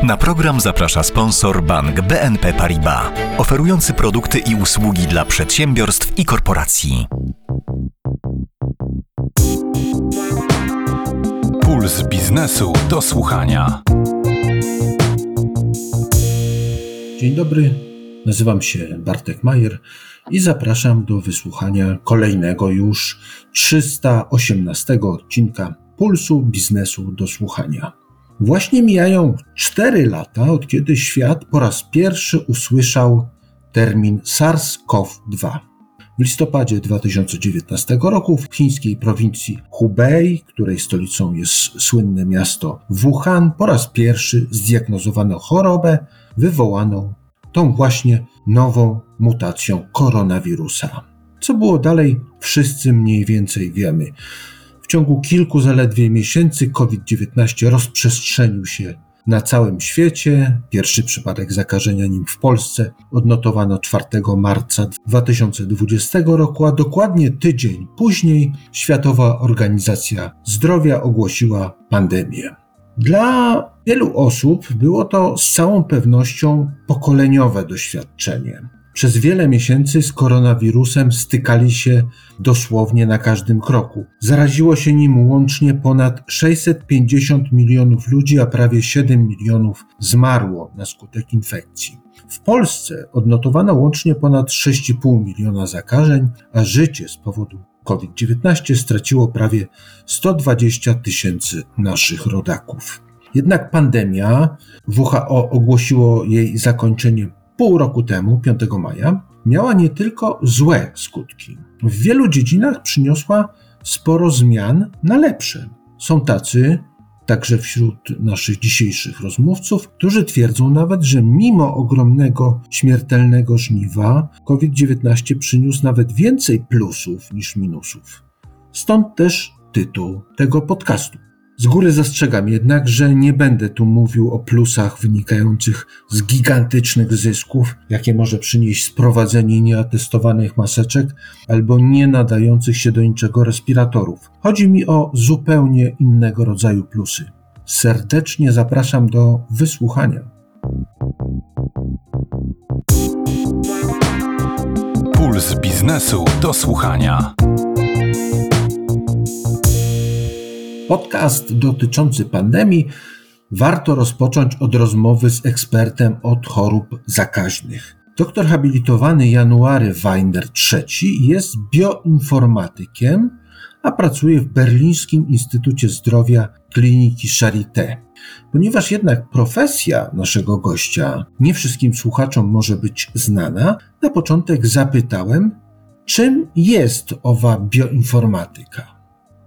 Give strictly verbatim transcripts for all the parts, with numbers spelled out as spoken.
Na program zaprasza sponsor bank B N P Paribas, oferujący produkty i usługi dla przedsiębiorstw i korporacji. Puls biznesu do słuchania. Dzień dobry, nazywam się Bartek Majer i zapraszam do wysłuchania kolejnego już trzysta osiemnastego odcinka Pulsu biznesu do słuchania. Właśnie mijają cztery lata, od kiedy świat po raz pierwszy usłyszał termin SARS-CoV dwa. W listopadzie dwa tysiące dziewiętnastego roku w chińskiej prowincji Hubei, której stolicą jest słynne miasto Wuhan, po raz pierwszy zdiagnozowano chorobę wywołaną tą właśnie nową mutacją koronawirusa. Co było dalej, wszyscy mniej więcej wiemy. W ciągu kilku zaledwie miesięcy COVID dziewiętnaście rozprzestrzenił się na całym świecie. Pierwszy przypadek zakażenia nim w Polsce odnotowano czwartego marca dwa tysiące dwudziestego roku, a dokładnie tydzień później Światowa Organizacja Zdrowia ogłosiła pandemię. Dla wielu osób było to z całą pewnością pokoleniowe doświadczenie. Przez wiele miesięcy z koronawirusem stykali się dosłownie na każdym kroku. Zaraziło się nim łącznie ponad sześćset pięćdziesiąt milionów ludzi, a prawie siedem milionów zmarło na skutek infekcji. W Polsce odnotowano łącznie ponad sześć i pół miliona zakażeń, a życie z powodu COVID dziewiętnaście straciło prawie sto dwadzieścia tysięcy naszych rodaków. Jednak pandemia, W H O ogłosiło jej zakończenie pół roku temu, piątego maja, miała nie tylko złe skutki. W wielu dziedzinach przyniosła sporo zmian na lepsze. Są tacy, także wśród naszych dzisiejszych rozmówców, którzy twierdzą nawet, że mimo ogromnego śmiertelnego żniwa COVID dziewiętnaście przyniósł nawet więcej plusów niż minusów. Stąd też tytuł tego podcastu. Z góry zastrzegam jednak, że nie będę tu mówił o plusach wynikających z gigantycznych zysków, jakie może przynieść sprowadzenie nieatestowanych maseczek albo nie nadających się do niczego respiratorów. Chodzi mi o zupełnie innego rodzaju plusy. Serdecznie zapraszam do wysłuchania. Puls biznesu do słuchania. Podcast dotyczący pandemii warto rozpocząć od rozmowy z ekspertem od chorób zakaźnych. Doktor habilitowany January Winder trzeci jest bioinformatykiem, a pracuje w Berlińskim Instytucie Zdrowia Kliniki Charité. Ponieważ jednak profesja naszego gościa nie wszystkim słuchaczom może być znana, na początek zapytałem, czym jest owa bioinformatyka?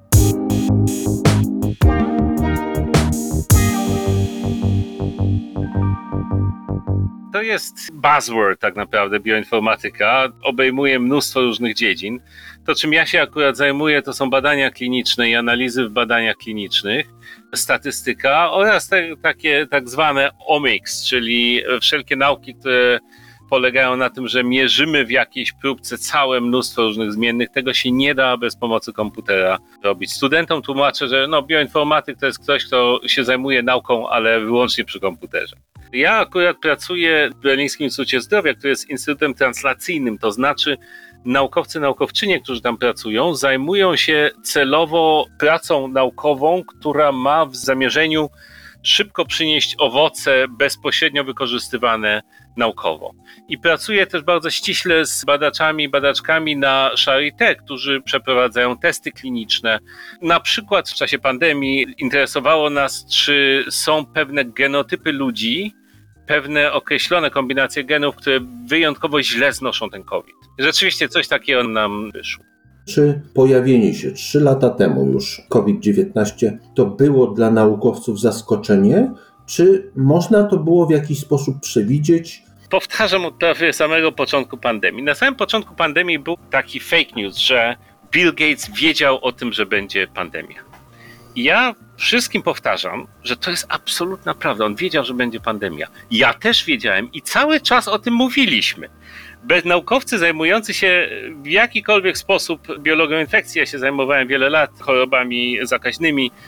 To jest buzzword tak naprawdę, bioinformatyka, obejmuje mnóstwo różnych dziedzin. To, czym ja się akurat zajmuję, to są badania kliniczne i analizy w badaniach klinicznych, statystyka oraz te, takie tak zwane omics, czyli wszelkie nauki, które polegają na tym, że mierzymy w jakiejś próbce całe mnóstwo różnych zmiennych. Tego się nie da bez pomocy komputera robić. Studentom tłumaczę, że no, bioinformatyk to jest ktoś, kto się zajmuje nauką, ale wyłącznie przy komputerze. Ja akurat pracuję w Berlińskim Instytucie Zdrowia, który jest instytutem translacyjnym, to znaczy naukowcy, naukowczynie, którzy tam pracują, zajmują się celowo pracą naukową, która ma w zamierzeniu szybko przynieść owoce bezpośrednio wykorzystywane naukowo. I pracuję też bardzo ściśle z badaczami, badaczkami na Charité, którzy przeprowadzają testy kliniczne. Na przykład w czasie pandemii interesowało nas, czy są pewne genotypy ludzi, pewne określone kombinacje genów, które wyjątkowo źle znoszą ten COVID. Rzeczywiście coś takiego nam wyszło. Czy pojawienie się trzy lata temu już COVID dziewiętnaście to było dla naukowców zaskoczenie? Czy można to było w jakiś sposób przewidzieć? Powtarzam od prawie samego początku pandemii. Na samym początku pandemii był taki fake news, że Bill Gates wiedział o tym, że będzie pandemia. I ja wszystkim powtarzam, że to jest absolutna prawda. On wiedział, że będzie pandemia. Ja też wiedziałem i cały czas o tym mówiliśmy. Bez naukowcy zajmujący się w jakikolwiek sposób biologią infekcji, ja się zajmowałem wiele lat chorobami zakaźnymi,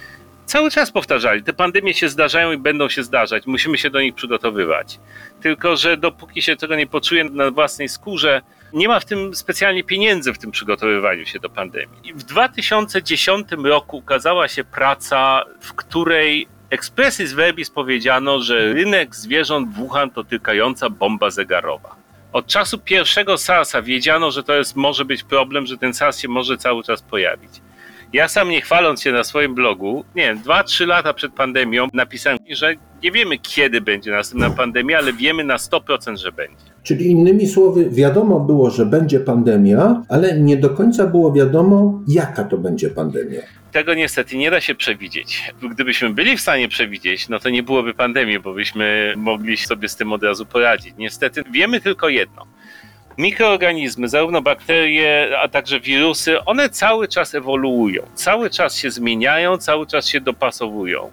cały czas powtarzali, te pandemie się zdarzają i będą się zdarzać, musimy się do nich przygotowywać. Tylko że dopóki się tego nie poczuje na własnej skórze, nie ma w tym specjalnie pieniędzy w tym przygotowywaniu się do pandemii. I w dwa tysiące dziesiątym roku ukazała się praca, w której expressis verbis powiedziano, że rynek zwierząt Wuhan to tykająca bomba zegarowa. Od czasu pierwszego SARS-a wiedziano, że to jest, może być problem, że ten SARS się może cały czas pojawić. Ja sam, nie chwaląc się na swoim blogu, nie wiem, dwa trzy lata przed pandemią napisałem, że nie wiemy, kiedy będzie następna pandemia, ale wiemy na sto procent, że będzie. Czyli innymi słowy, wiadomo było, że będzie pandemia, ale nie do końca było wiadomo, jaka to będzie pandemia. Tego niestety nie da się przewidzieć. Gdybyśmy byli w stanie przewidzieć, no to nie byłoby pandemii, bo byśmy mogli sobie z tym od razu poradzić. Niestety wiemy tylko jedno. Mikroorganizmy, zarówno bakterie, a także wirusy, one cały czas ewoluują, cały czas się zmieniają, cały czas się dopasowują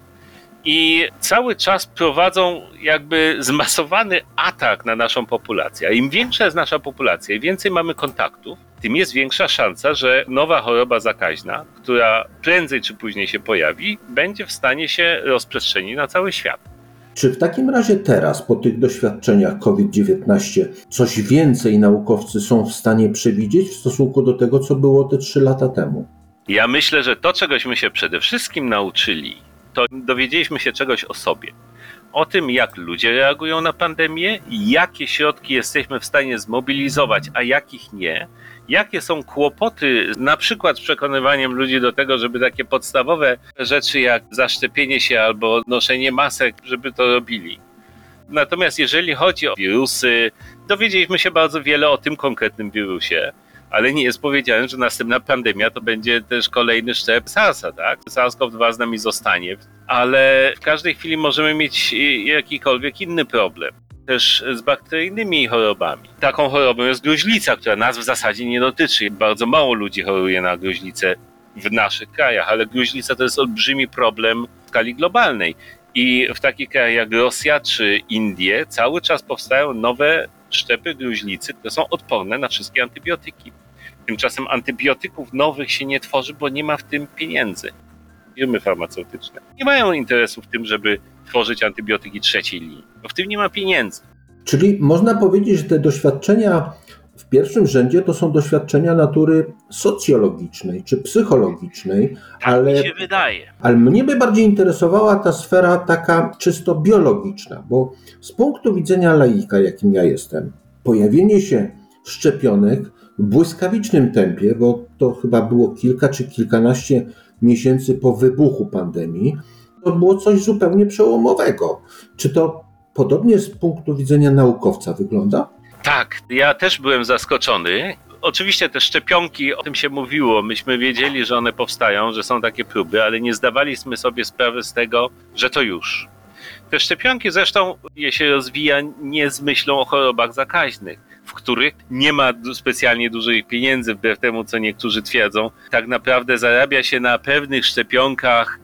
i cały czas prowadzą jakby zmasowany atak na naszą populację. A im większa jest nasza populacja i więcej mamy kontaktów, tym jest większa szansa, że nowa choroba zakaźna, która prędzej czy później się pojawi, będzie w stanie się rozprzestrzenić na cały świat. Czy w takim razie teraz, po tych doświadczeniach kowid dziewiętnaście, coś więcej naukowcy są w stanie przewidzieć w stosunku do tego, co było te trzy lata temu? Ja myślę, że to, czegośmy się przede wszystkim nauczyli, to dowiedzieliśmy się czegoś o sobie. O tym, jak ludzie reagują na pandemię, jakie środki jesteśmy w stanie zmobilizować, a jakich nie. Jakie są kłopoty, na przykład z przekonywaniem ludzi do tego, żeby takie podstawowe rzeczy jak zaszczepienie się albo noszenie masek, żeby to robili. Natomiast jeżeli chodzi o wirusy, dowiedzieliśmy się bardzo wiele o tym konkretnym wirusie, ale nie jest powiedziane, że następna pandemia to będzie też kolejny szczep SARS-a, tak? SARS-CoV dwa z nami zostanie, ale w każdej chwili możemy mieć jakikolwiek inny problem. Też z bakteryjnymi chorobami. Taką chorobą jest gruźlica, która nas w zasadzie nie dotyczy. Bardzo mało ludzi choruje na gruźlicę w naszych krajach, ale gruźlica to jest olbrzymi problem w skali globalnej. I w takich krajach jak Rosja czy Indie cały czas powstają nowe szczepy gruźlicy, które są odporne na wszystkie antybiotyki. Tymczasem antybiotyków nowych się nie tworzy, bo nie ma w tym pieniędzy. Firmy farmaceutyczne nie mają interesu w tym, żeby tworzyć antybiotyki trzeciej linii, bo w tym nie ma pieniędzy. Czyli można powiedzieć, że te doświadczenia w pierwszym rzędzie to są doświadczenia natury socjologicznej czy psychologicznej, Tak ale, mi się wydaje. ale mnie by bardziej interesowała ta sfera taka czysto biologiczna, bo z punktu widzenia laika, jakim ja jestem, pojawienie się szczepionek w błyskawicznym tempie, bo to chyba było kilka czy kilkanaście miesięcy po wybuchu pandemii, to było coś zupełnie przełomowego. Czy to podobnie z punktu widzenia naukowca wygląda? Tak, ja też byłem zaskoczony. Oczywiście te szczepionki, o tym się mówiło, myśmy wiedzieli, że one powstają, że są takie próby, ale nie zdawaliśmy sobie sprawy z tego, że to już. Te szczepionki zresztą je się rozwija nie z myślą o chorobach zakaźnych, w których nie ma specjalnie dużych pieniędzy, wbrew temu, co niektórzy twierdzą. Tak naprawdę zarabia się na pewnych szczepionkach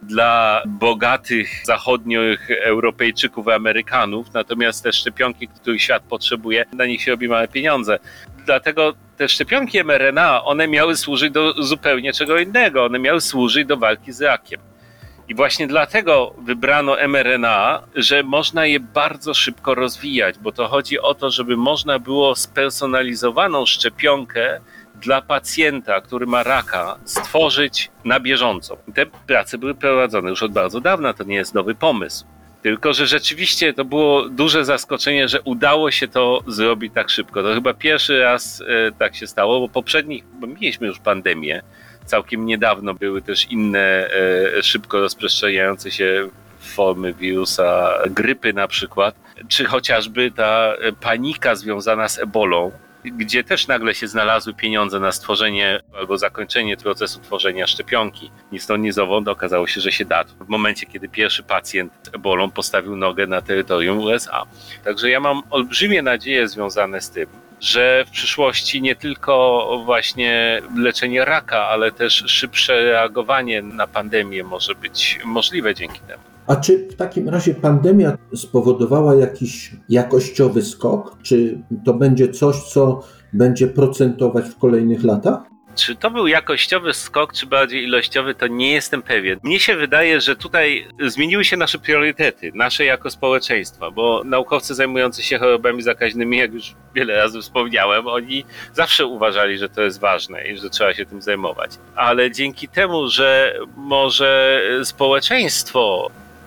dla bogatych zachodnich Europejczyków, Amerykanów, natomiast te szczepionki, których świat potrzebuje, na nich się robi małe pieniądze. Dlatego te szczepionki em er en a, one miały służyć do zupełnie czego innego, one miały służyć do walki z rakiem. I właśnie dlatego wybrano em er en a, że można je bardzo szybko rozwijać, bo to chodzi o to, żeby można było spersonalizowaną szczepionkę dla pacjenta, który ma raka, stworzyć na bieżąco. Te prace były prowadzone już od bardzo dawna, to nie jest nowy pomysł. Tylko że rzeczywiście to było duże zaskoczenie, że udało się to zrobić tak szybko. To chyba pierwszy raz e, tak się stało, bo poprzednich, bo mieliśmy już pandemię, całkiem niedawno były też inne e, szybko rozprzestrzeniające się formy wirusa, grypy na przykład, czy chociażby ta panika związana z ebolą, gdzie też nagle się znalazły pieniądze na stworzenie albo zakończenie procesu tworzenia szczepionki. Ni stąd, ni zowąd okazało się, że się da. W momencie, kiedy pierwszy pacjent z ebolą postawił nogę na terytorium U S A. Także ja mam olbrzymie nadzieje związane z tym, że w przyszłości nie tylko właśnie leczenie raka, ale też szybsze reagowanie na pandemię może być możliwe dzięki temu. A czy w takim razie pandemia spowodowała jakiś jakościowy skok? Czy to będzie coś, co będzie procentować w kolejnych latach? Czy to był jakościowy skok, czy bardziej ilościowy, to nie jestem pewien. Mnie się wydaje, że tutaj zmieniły się nasze priorytety, nasze jako społeczeństwa, bo naukowcy zajmujący się chorobami zakaźnymi, jak już wiele razy wspomniałem, oni zawsze uważali, że to jest ważne i że trzeba się tym zajmować. Ale dzięki temu, że może społeczeństwo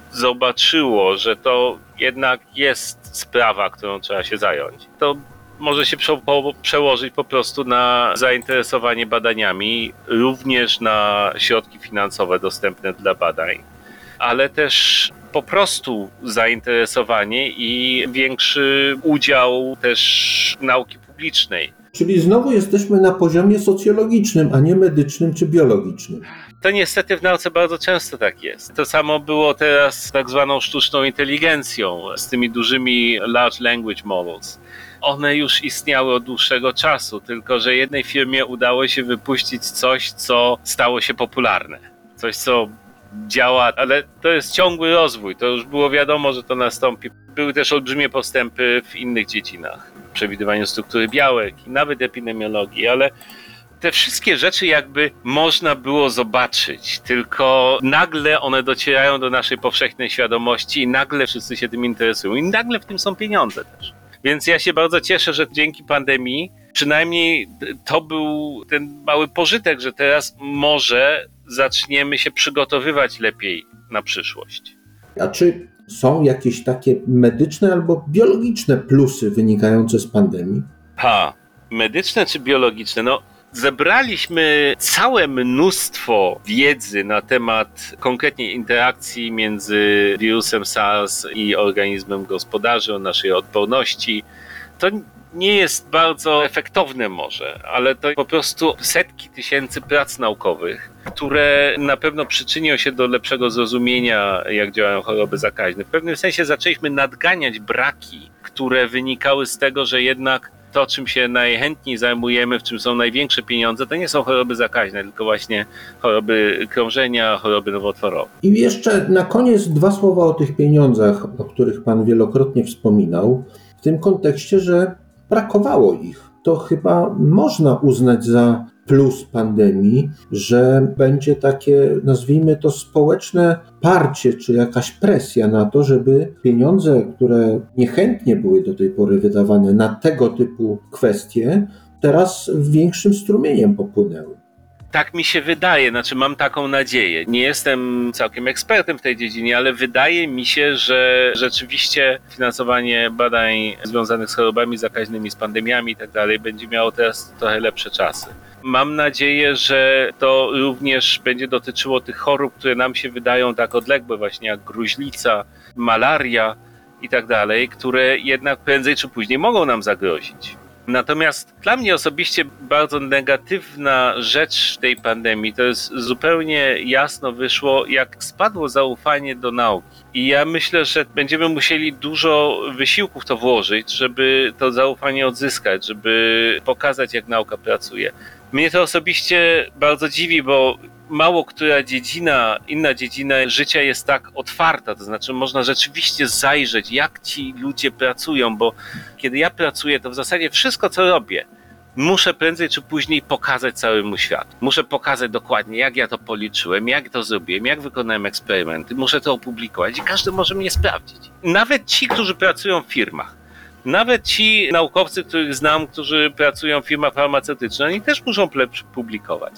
zobaczyło, że to jednak jest sprawa, którą trzeba się zająć, to może się przełożyć po prostu na zainteresowanie badaniami, również na środki finansowe dostępne dla badań, ale też po prostu zainteresowanie i większy udział też nauki publicznej. Czyli znowu jesteśmy na poziomie socjologicznym, a nie medycznym czy biologicznym. To niestety w nauce bardzo często tak jest. To samo było teraz z tak zwaną sztuczną inteligencją, z tymi dużymi large language models. One już istniały od dłuższego czasu, tylko że jednej firmie udało się wypuścić coś, co stało się popularne. Coś, co działa, ale to jest ciągły rozwój. To już było wiadomo, że to nastąpi. Były też olbrzymie postępy w innych dziedzinach. W przewidywaniu struktury białek i nawet epidemiologii, ale te wszystkie rzeczy jakby można było zobaczyć, tylko nagle one docierają do naszej powszechnej świadomości i nagle wszyscy się tym interesują i nagle w tym są pieniądze też. Więc ja się bardzo cieszę, że dzięki pandemii przynajmniej to był ten mały pożytek, że teraz może zaczniemy się przygotowywać lepiej na przyszłość. A czy są jakieś takie medyczne albo biologiczne plusy wynikające z pandemii? Ha, medyczne czy biologiczne? No, zebraliśmy całe mnóstwo wiedzy na temat konkretnie interakcji między wirusem SARS i organizmem gospodarzy, o naszej odporności. To nie jest bardzo efektowne może, ale to po prostu setki tysięcy prac naukowych, które na pewno przyczynią się do lepszego zrozumienia, jak działają choroby zakaźne. W pewnym sensie zaczęliśmy nadganiać braki, które wynikały z tego, że jednak to, czym się najchętniej zajmujemy, w czym są największe pieniądze, to nie są choroby zakaźne, tylko właśnie choroby krążenia, choroby nowotworowe. I jeszcze na koniec dwa słowa o tych pieniądzach, o których Pan wielokrotnie wspominał, w tym kontekście, że brakowało ich. To chyba można uznać za plus pandemii, że będzie takie, nazwijmy to, społeczne parcie, czy jakaś presja na to, żeby pieniądze, które niechętnie były do tej pory wydawane na tego typu kwestie, teraz większym strumieniem popłynęły. Tak mi się wydaje, znaczy mam taką nadzieję. Nie jestem całkiem ekspertem w tej dziedzinie, ale wydaje mi się, że rzeczywiście finansowanie badań związanych z chorobami zakaźnymi, z pandemiami i tak dalej będzie miało teraz trochę lepsze czasy. Mam nadzieję, że to również będzie dotyczyło tych chorób, które nam się wydają tak odległe, właśnie jak gruźlica, malaria i tak dalej, które jednak prędzej czy później mogą nam zagrozić. Natomiast dla mnie osobiście bardzo negatywna rzecz tej pandemii to jest zupełnie jasno wyszło, jak spadło zaufanie do nauki. I ja myślę, że będziemy musieli dużo wysiłków w to włożyć, żeby to zaufanie odzyskać, żeby pokazać, jak nauka pracuje. Mnie to osobiście bardzo dziwi, bo mało która dziedzina, inna dziedzina życia jest tak otwarta, to znaczy można rzeczywiście zajrzeć, jak ci ludzie pracują, bo kiedy ja pracuję, to w zasadzie wszystko, co robię, muszę prędzej czy później pokazać całemu światu. Muszę pokazać dokładnie, jak ja to policzyłem, jak to zrobiłem, jak wykonałem eksperymenty, muszę to opublikować i każdy może mnie sprawdzić. Nawet ci, którzy pracują w firmach, nawet ci naukowcy, których znam, którzy pracują w firmach farmaceutycznych, oni też muszą publikować.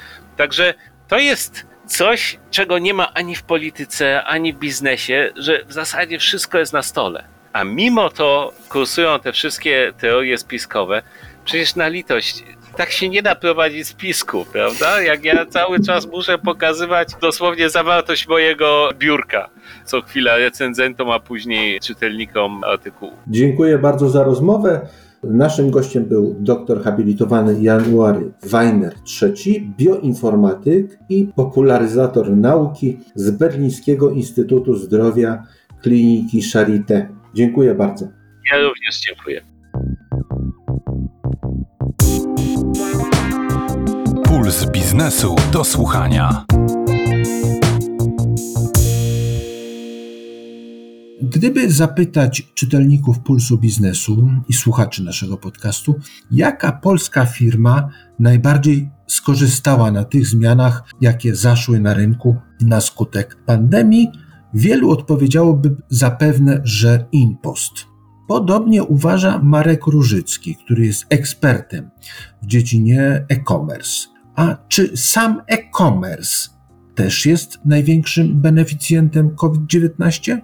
Także to jest coś, czego nie ma ani w polityce, ani w biznesie, że w zasadzie wszystko jest na stole. A mimo to kursują te wszystkie teorie spiskowe. Przecież na litość, tak się nie da prowadzić spisku, prawda? Jak ja cały czas muszę pokazywać dosłownie zawartość mojego biurka co chwila recenzentom, a później czytelnikom artykułu. Dziękuję bardzo za rozmowę. Naszym gościem był doktor habilitowany January Weiner trzeci, bioinformatyk i popularyzator nauki z Berlińskiego Instytutu Zdrowia Kliniki Charité. Dziękuję bardzo. Ja również dziękuję. Puls biznesu do słuchania. Gdyby zapytać czytelników Pulsu Biznesu i słuchaczy naszego podcastu, jaka polska firma najbardziej skorzystała na tych zmianach, jakie zaszły na rynku na skutek pandemii? Wielu odpowiedziałoby zapewne, że InPost. Podobnie uważa Marek Różycki, który jest ekspertem w dziedzinie e-commerce. A czy sam e-commerce też jest największym beneficjentem kowid dziewiętnaście?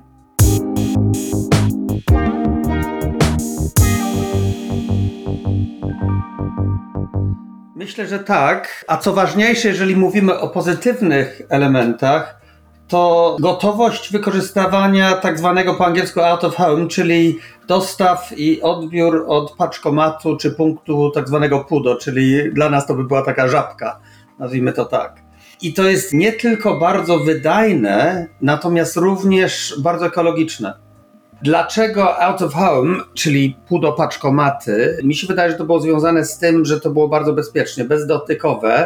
Myślę, że tak. A co ważniejsze, jeżeli mówimy o pozytywnych elementach, to gotowość wykorzystywania tak zwanego po angielsku out of home, czyli dostaw i odbiór od paczkomatu czy punktu tak zwanego PUDO, czyli dla nas to by była taka żabka, nazwijmy to tak. I to jest nie tylko bardzo wydajne, natomiast również bardzo ekologiczne. Dlaczego out of home, czyli PUDO paczkomaty? Mi się wydaje, że to było związane z tym, że to było bardzo bezpiecznie, bezdotykowe.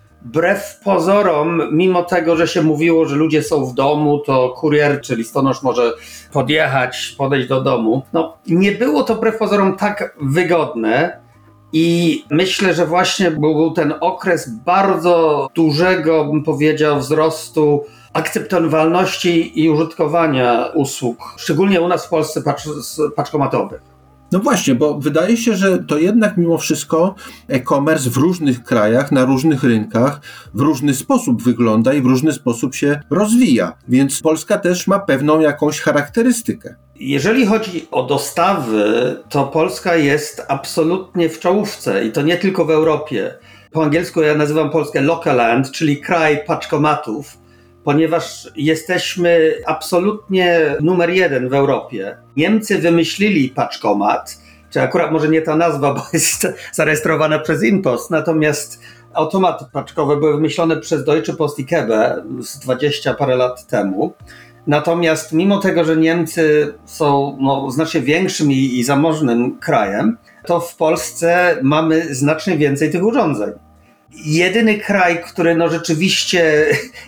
Wbrew pozorom, mimo tego, że się mówiło, że ludzie są w domu, to kurier czy listonosz może podjechać, podejść do domu. No, nie było to wbrew pozorom tak wygodne i myślę, że właśnie był ten okres bardzo dużego, bym powiedział, wzrostu akceptowalności i użytkowania usług, szczególnie u nas w Polsce pacz- paczkomatowych. No właśnie, bo wydaje się, że to jednak mimo wszystko e-commerce w różnych krajach, na różnych rynkach w różny sposób wygląda i w różny sposób się rozwija, więc Polska też ma pewną jakąś charakterystykę. Jeżeli chodzi o dostawy, to Polska jest absolutnie w czołówce i to nie tylko w Europie. Po angielsku ja nazywam Polskę local land, czyli kraj paczkomatów, ponieważ jesteśmy absolutnie numer jeden w Europie. Niemcy wymyślili paczkomat, czy akurat może nie ta nazwa, bo jest zarejestrowana przez InPost, natomiast automaty paczkowe były wymyślone przez Deutsche Post i K E B E z dwadzieścia parę lat temu. Natomiast mimo tego, że Niemcy są no, znacznie większym i, i zamożnym krajem, to w Polsce mamy znacznie więcej tych urządzeń. Jedyny kraj, który no rzeczywiście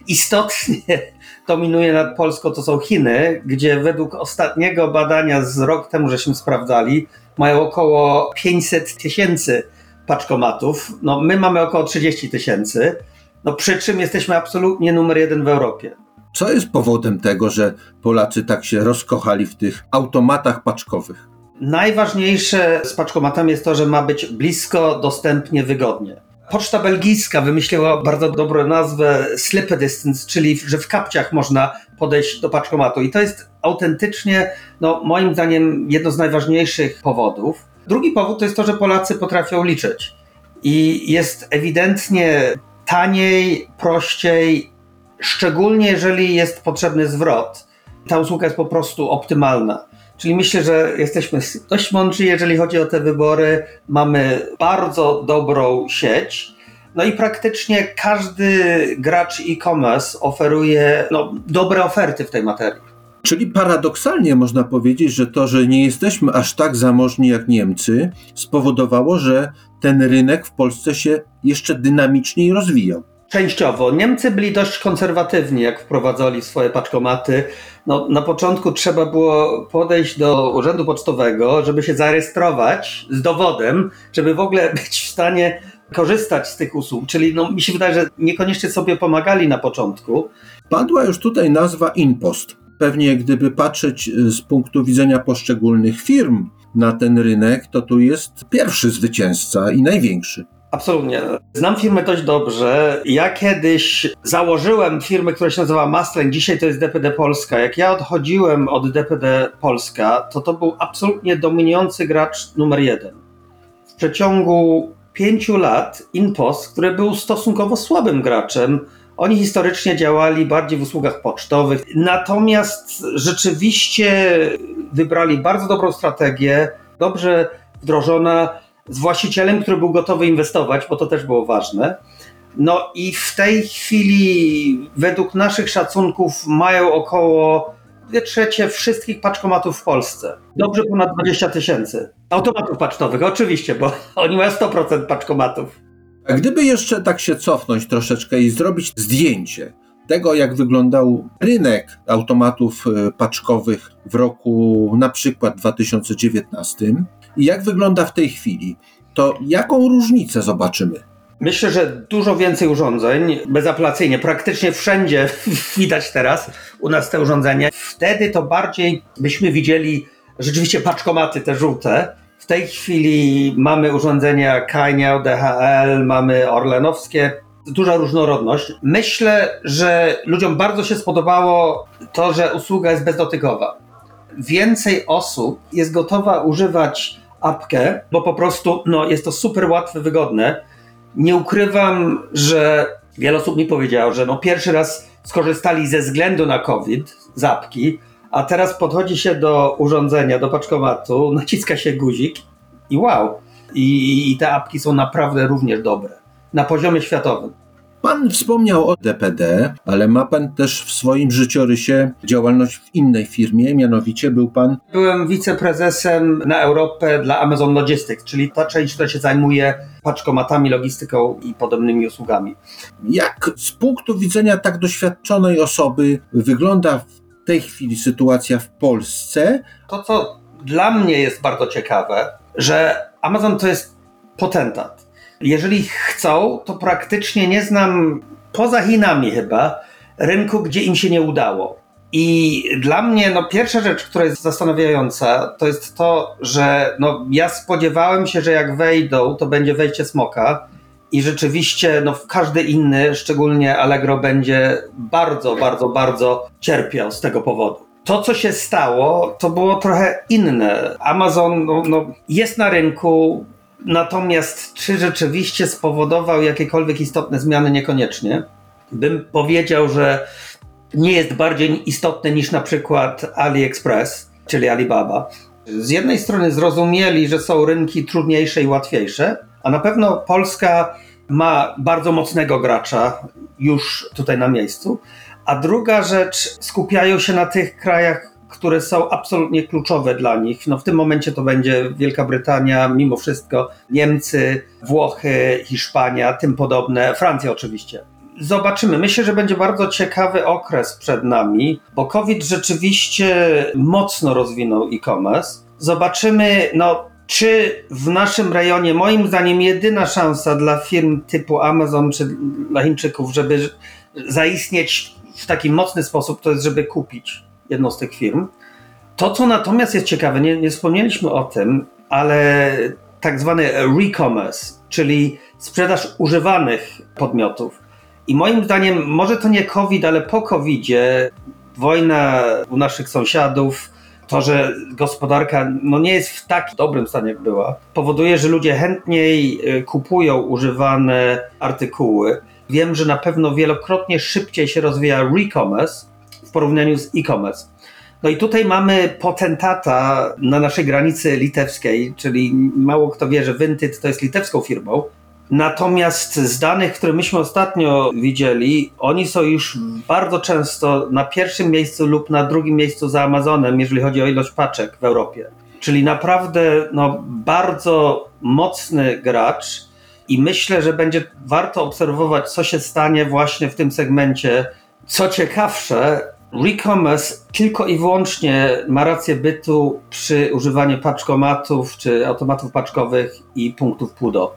istotnie dominuje nad Polską, to są Chiny, gdzie według ostatniego badania z rok temu, żeśmy sprawdzali, mają około pięćset tysięcy paczkomatów. No, my mamy około trzydzieści tysięcy, no, przy czym jesteśmy absolutnie numer jeden w Europie. Co jest powodem tego, że Polacy tak się rozkochali w tych automatach paczkowych? Najważniejsze z paczkomatami jest to, że ma być blisko, dostępnie, wygodnie. Poczta belgijska wymyśliła bardzo dobrą nazwę slip distance, czyli że w kapciach można podejść do paczkomatu i to jest autentycznie, no, moim zdaniem, jedno z najważniejszych powodów. Drugi powód to jest to, że Polacy potrafią liczyć i jest ewidentnie taniej, prościej, szczególnie jeżeli jest potrzebny zwrot. Ta usługa jest po prostu optymalna. Czyli myślę, że jesteśmy dość mądrzy, jeżeli chodzi o te wybory. Mamy bardzo dobrą sieć. No i praktycznie każdy gracz e-commerce oferuje no, dobre oferty w tej materii. Czyli paradoksalnie można powiedzieć, że to, że nie jesteśmy aż tak zamożni jak Niemcy, spowodowało, że ten rynek w Polsce się jeszcze dynamiczniej rozwijał. Częściowo. Niemcy byli dość konserwatywni, jak wprowadzali swoje paczkomaty. No, na początku trzeba było podejść do urzędu pocztowego, żeby się zarejestrować z dowodem, żeby w ogóle być w stanie korzystać z tych usług. Czyli no, mi się wydaje, że niekoniecznie sobie pomagali na początku. Padła już tutaj nazwa InPost. Pewnie gdyby patrzeć z punktu widzenia poszczególnych firm na ten rynek, to tu jest pierwszy zwycięzca i największy. Absolutnie. Znam firmę dość dobrze. Ja kiedyś założyłem firmę, która się nazywa Mastlane. Dzisiaj to jest D P D Polska. Jak ja odchodziłem od D P D Polska, to to był absolutnie dominujący gracz numer jeden. W przeciągu pięciu lat InPost, który był stosunkowo słabym graczem, oni historycznie działali bardziej w usługach pocztowych. Natomiast rzeczywiście wybrali bardzo dobrą strategię, dobrze wdrożona, z właścicielem, który był gotowy inwestować, bo to też było ważne. No i w tej chwili według naszych szacunków mają około dwie trzecie wszystkich paczkomatów w Polsce. Dobrze ponad dwadzieścia tysięcy. Automatów pocztowych, oczywiście, bo oni mają sto procent paczkomatów. A gdyby jeszcze tak się cofnąć troszeczkę i zrobić zdjęcie tego, jak wyglądał rynek automatów paczkowych w roku na przykład dwa tysiące dziewiętnastym i jak wygląda w tej chwili, to jaką różnicę zobaczymy? Myślę, że dużo więcej urządzeń, bezapelacyjnie, praktycznie wszędzie widać teraz u nas te urządzenia. Wtedy to bardziej byśmy widzieli rzeczywiście paczkomaty te żółte. W tej chwili mamy urządzenia Kainiao, D H L, mamy orlenowskie, duża różnorodność. Myślę, że ludziom bardzo się spodobało to, że usługa jest bezdotykowa. Więcej osób jest gotowa używać apkę, bo po prostu no, jest to super łatwe, wygodne. Nie ukrywam, że wiele osób mi powiedziało, że no, pierwszy raz skorzystali ze względu na COVID z apki, a teraz podchodzi się do urządzenia, do paczkomatu, naciska się guzik i wow. I, i te apki są naprawdę również dobre. Na poziomie światowym. Pan wspomniał o D P D, ale ma pan też w swoim życiorysie działalność w innej firmie, mianowicie był pan... Byłem wiceprezesem na Europę dla Amazon Logistics, czyli ta część, która się zajmuje paczkomatami, logistyką i podobnymi usługami. Jak z punktu widzenia tak doświadczonej osoby wygląda w tej chwili sytuacja w Polsce? To, co dla mnie jest bardzo ciekawe, że Amazon to jest potentat. Jeżeli chcą, to praktycznie nie znam, poza Chinami chyba, rynku, gdzie im się nie udało. I dla mnie no, pierwsza rzecz, która jest zastanawiająca, to jest to, że no, ja spodziewałem się, że jak wejdą, to będzie wejście smoka i rzeczywiście no, każdy inny, szczególnie Allegro, będzie bardzo, bardzo, bardzo cierpiał z tego powodu. To, co się stało, to było trochę inne. Amazon no, no, jest na rynku, natomiast czy rzeczywiście spowodował jakiekolwiek istotne zmiany? Niekoniecznie. Bym powiedział, że nie jest bardziej istotny niż na przykład AliExpress, czyli Alibaba. Z jednej strony zrozumieli, że są rynki trudniejsze i łatwiejsze, a na pewno Polska ma bardzo mocnego gracza już tutaj na miejscu. A druga rzecz, skupiają się na tych krajach, które są absolutnie kluczowe dla nich. No w tym momencie to będzie Wielka Brytania, mimo wszystko Niemcy, Włochy, Hiszpania, tym podobne, Francja oczywiście. Zobaczymy. Myślę, że będzie bardzo ciekawy okres przed nami, bo COVID rzeczywiście mocno rozwinął e-commerce. Zobaczymy, no, czy w naszym rejonie, moim zdaniem jedyna szansa dla firm typu Amazon czy dla Chińczyków, żeby zaistnieć w taki mocny sposób, to jest, żeby kupić jedną z tych firm. To, co natomiast jest ciekawe, nie, nie wspomnieliśmy o tym, ale tak zwany re-commerce, czyli sprzedaż używanych podmiotów. I moim zdaniem, może to nie COVID, ale po kowidzie, wojna u naszych sąsiadów, to, że gospodarka no, nie jest w tak dobrym stanie, jak była, powoduje, że ludzie chętniej kupują używane artykuły. Wiem, że na pewno wielokrotnie szybciej się rozwija re-commerce w porównaniu z e-commerce. No i tutaj mamy potentata na naszej granicy litewskiej, czyli mało kto wie, że Vinted to jest litewską firmą. Natomiast z danych, które myśmy ostatnio widzieli, oni są już bardzo często na pierwszym miejscu lub na drugim miejscu za Amazonem, jeżeli chodzi o ilość paczek w Europie. Czyli naprawdę no, bardzo mocny gracz i myślę, że będzie warto obserwować, co się stanie właśnie w tym segmencie. Co ciekawsze, re-commerce tylko i wyłącznie ma rację bytu przy używaniu paczkomatów czy automatów paczkowych i punktów PUDO.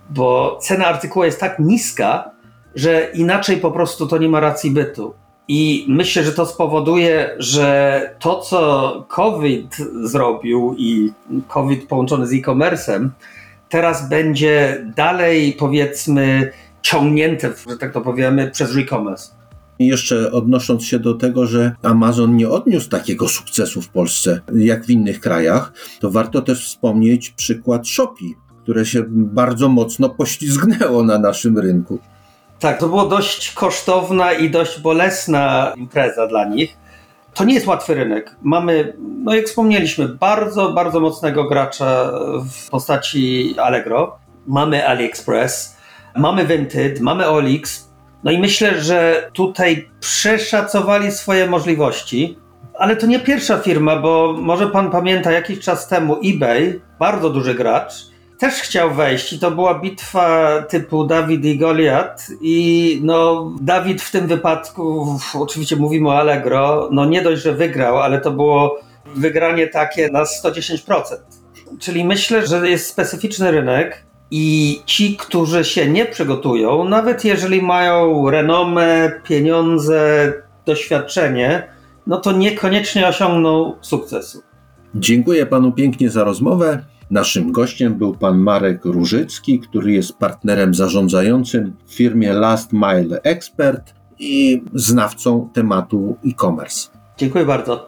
Bo cena artykułu jest tak niska, że inaczej po prostu to nie ma racji bytu. I myślę, że to spowoduje, że to, co COVID zrobił i COVID połączony z e-commerce'em, teraz będzie dalej, powiedzmy, ciągnięte, że tak to powiemy, przez re-commerce. I jeszcze odnosząc się do tego, że Amazon nie odniósł takiego sukcesu w Polsce jak w innych krajach, to warto też wspomnieć przykład Shopee, które się bardzo mocno poślizgnęło na naszym rynku. Tak, to była dość kosztowna i dość bolesna impreza dla nich. To nie jest łatwy rynek. Mamy, no jak wspomnieliśmy, bardzo, bardzo mocnego gracza w postaci Allegro. Mamy AliExpress, mamy Vinted, mamy O L X. No i myślę, że tutaj przeszacowali swoje możliwości. Ale to nie pierwsza firma, bo może pan pamięta, jakiś czas temu eBay, bardzo duży gracz, też chciał wejść i to była bitwa typu Dawid i Goliat i no Dawid w tym wypadku, oczywiście mówimy o Allegro, no nie dość, że wygrał, ale to było wygranie takie na sto dziesięć procent. Czyli myślę, że jest specyficzny rynek I ci, którzy się nie przygotują, nawet jeżeli mają renomę, pieniądze, doświadczenie, no to niekoniecznie osiągną sukcesu. Dziękuję panu pięknie za rozmowę. Naszym gościem był pan Marek Różycki, który jest partnerem zarządzającym w firmie Last Mile Expert i znawcą tematu e-commerce. Dziękuję bardzo.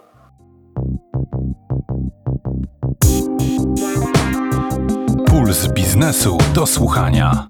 Puls biznesu do słuchania.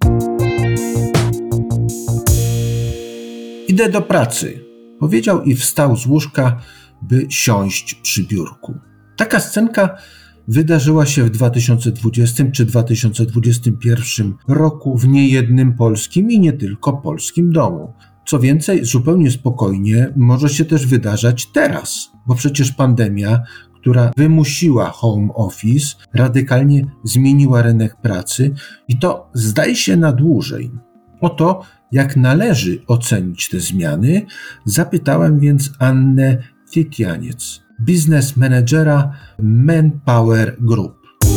Idę do pracy, powiedział i wstał z łóżka, by siąść przy biurku. Taka scenka wydarzyła się w dwa tysiące dwudziestym czy dwa tysiące dwudziestym pierwszym roku w niejednym polskim i nie tylko polskim domu. Co więcej, zupełnie spokojnie może się też wydarzać teraz, bo przecież pandemia, która wymusiła home office, radykalnie zmieniła rynek pracy i to zdaje się na dłużej. O to, jak należy ocenić te zmiany, zapytałem więc Annę Tytianiec, biznes menedżera Manpower Group.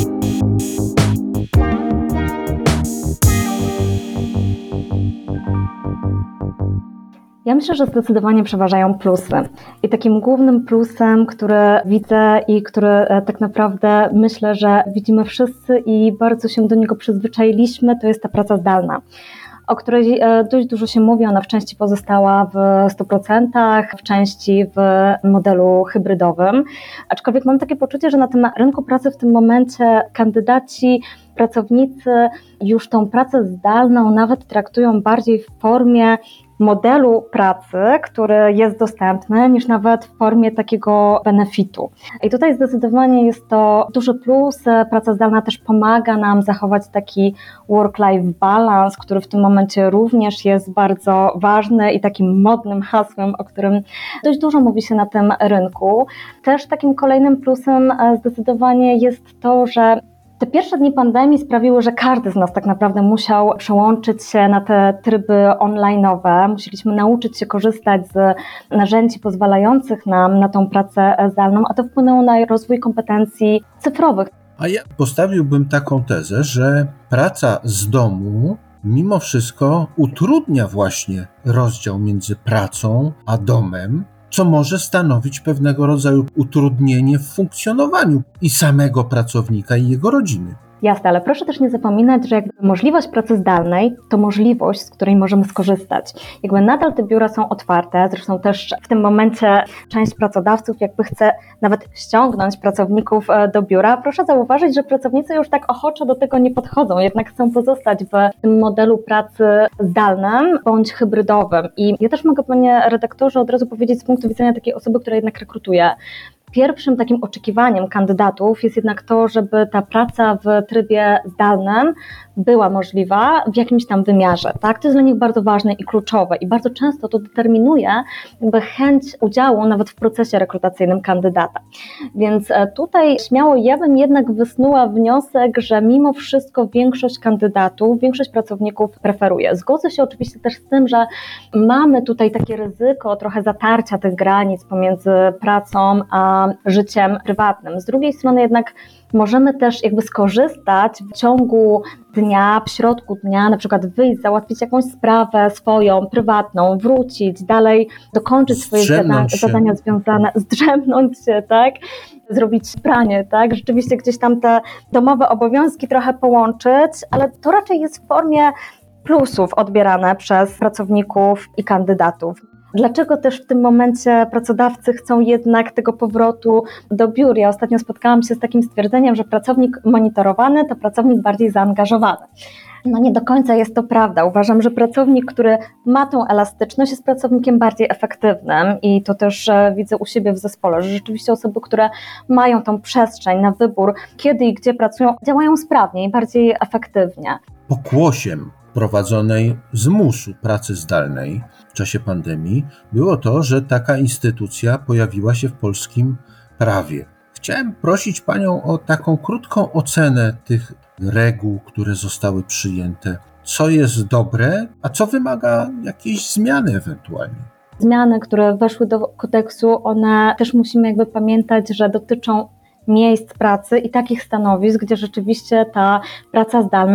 Ja myślę, że zdecydowanie przeważają plusy. I takim głównym plusem, który widzę i który tak naprawdę myślę, że widzimy wszyscy i bardzo się do niego przyzwyczailiśmy, to jest ta praca zdalna, o której dość dużo się mówi. Ona w części pozostała w stu procentach, w części w modelu hybrydowym. Aczkolwiek mam takie poczucie, że na tym rynku pracy w tym momencie kandydaci, pracownicy już tą pracę zdalną nawet traktują bardziej w formie modelu pracy, który jest dostępny, niż nawet w formie takiego benefitu. I tutaj zdecydowanie jest to duży plus. Praca zdalna też pomaga nam zachować taki work-life balance, który w tym momencie również jest bardzo ważny i takim modnym hasłem, o którym dość dużo mówi się na tym rynku. Też takim kolejnym plusem zdecydowanie jest to, że te pierwsze dni pandemii sprawiły, że każdy z nas tak naprawdę musiał przełączyć się na te tryby online'owe. Musieliśmy nauczyć się korzystać z narzędzi pozwalających nam na tą pracę zdalną, a to wpłynęło na rozwój kompetencji cyfrowych. A ja postawiłbym taką tezę, że praca z domu mimo wszystko utrudnia właśnie rozdział między pracą a domem, co może stanowić pewnego rodzaju utrudnienie w funkcjonowaniu i samego pracownika i jego rodziny. Jasne, ale proszę też nie zapominać, że jakby możliwość pracy zdalnej to możliwość, z której możemy skorzystać. Jakby nadal te biura są otwarte, zresztą też w tym momencie część pracodawców jakby chce nawet ściągnąć pracowników do biura. Proszę zauważyć, że pracownicy już tak ochoczo do tego nie podchodzą, jednak chcą pozostać w tym modelu pracy zdalnym bądź hybrydowym. I ja też mogę, panie redaktorze, od razu powiedzieć z punktu widzenia takiej osoby, która jednak rekrutuje. Pierwszym takim oczekiwaniem kandydatów jest jednak to, żeby ta praca w trybie zdalnym była możliwa w jakimś tam wymiarze, tak? To jest dla nich bardzo ważne i kluczowe i bardzo często to determinuje jakby chęć udziału nawet w procesie rekrutacyjnym kandydata. Więc tutaj śmiało ja bym jednak wysnuła wniosek, że mimo wszystko większość kandydatów, większość pracowników preferuje. Zgodzę się oczywiście też z tym, że mamy tutaj takie ryzyko trochę zatarcia tych granic pomiędzy pracą a życiem prywatnym. Z drugiej strony jednak możemy też jakby skorzystać w ciągu dnia, w środku dnia, na przykład wyjść, załatwić jakąś sprawę swoją, prywatną, wrócić, dalej dokończyć swoje zadania, zadania związane, zdrzemnąć się, tak? Zrobić pranie, tak? Rzeczywiście gdzieś tam te domowe obowiązki trochę połączyć, ale to raczej jest w formie plusów odbierane przez pracowników i kandydatów. Dlaczego też w tym momencie pracodawcy chcą jednak tego powrotu do biur? Ja ostatnio spotkałam się z takim stwierdzeniem, że pracownik monitorowany to pracownik bardziej zaangażowany. No nie do końca jest to prawda. Uważam, że pracownik, który ma tą elastyczność, jest pracownikiem bardziej efektywnym i to też widzę u siebie w zespole, że rzeczywiście osoby, które mają tą przestrzeń na wybór, kiedy i gdzie pracują, działają sprawniej, bardziej efektywnie. Pokłosiem prowadzonej zmusu pracy zdalnej w czasie pandemii było to, że taka instytucja pojawiła się w polskim prawie. Chciałem prosić panią o taką krótką ocenę tych reguł, które zostały przyjęte. Co jest dobre, a co wymaga jakiejś zmiany ewentualnie? Zmiany, które weszły do kodeksu, one też musimy jakby pamiętać, że dotyczą miejsc pracy i takich stanowisk, gdzie rzeczywiście ta praca zdalna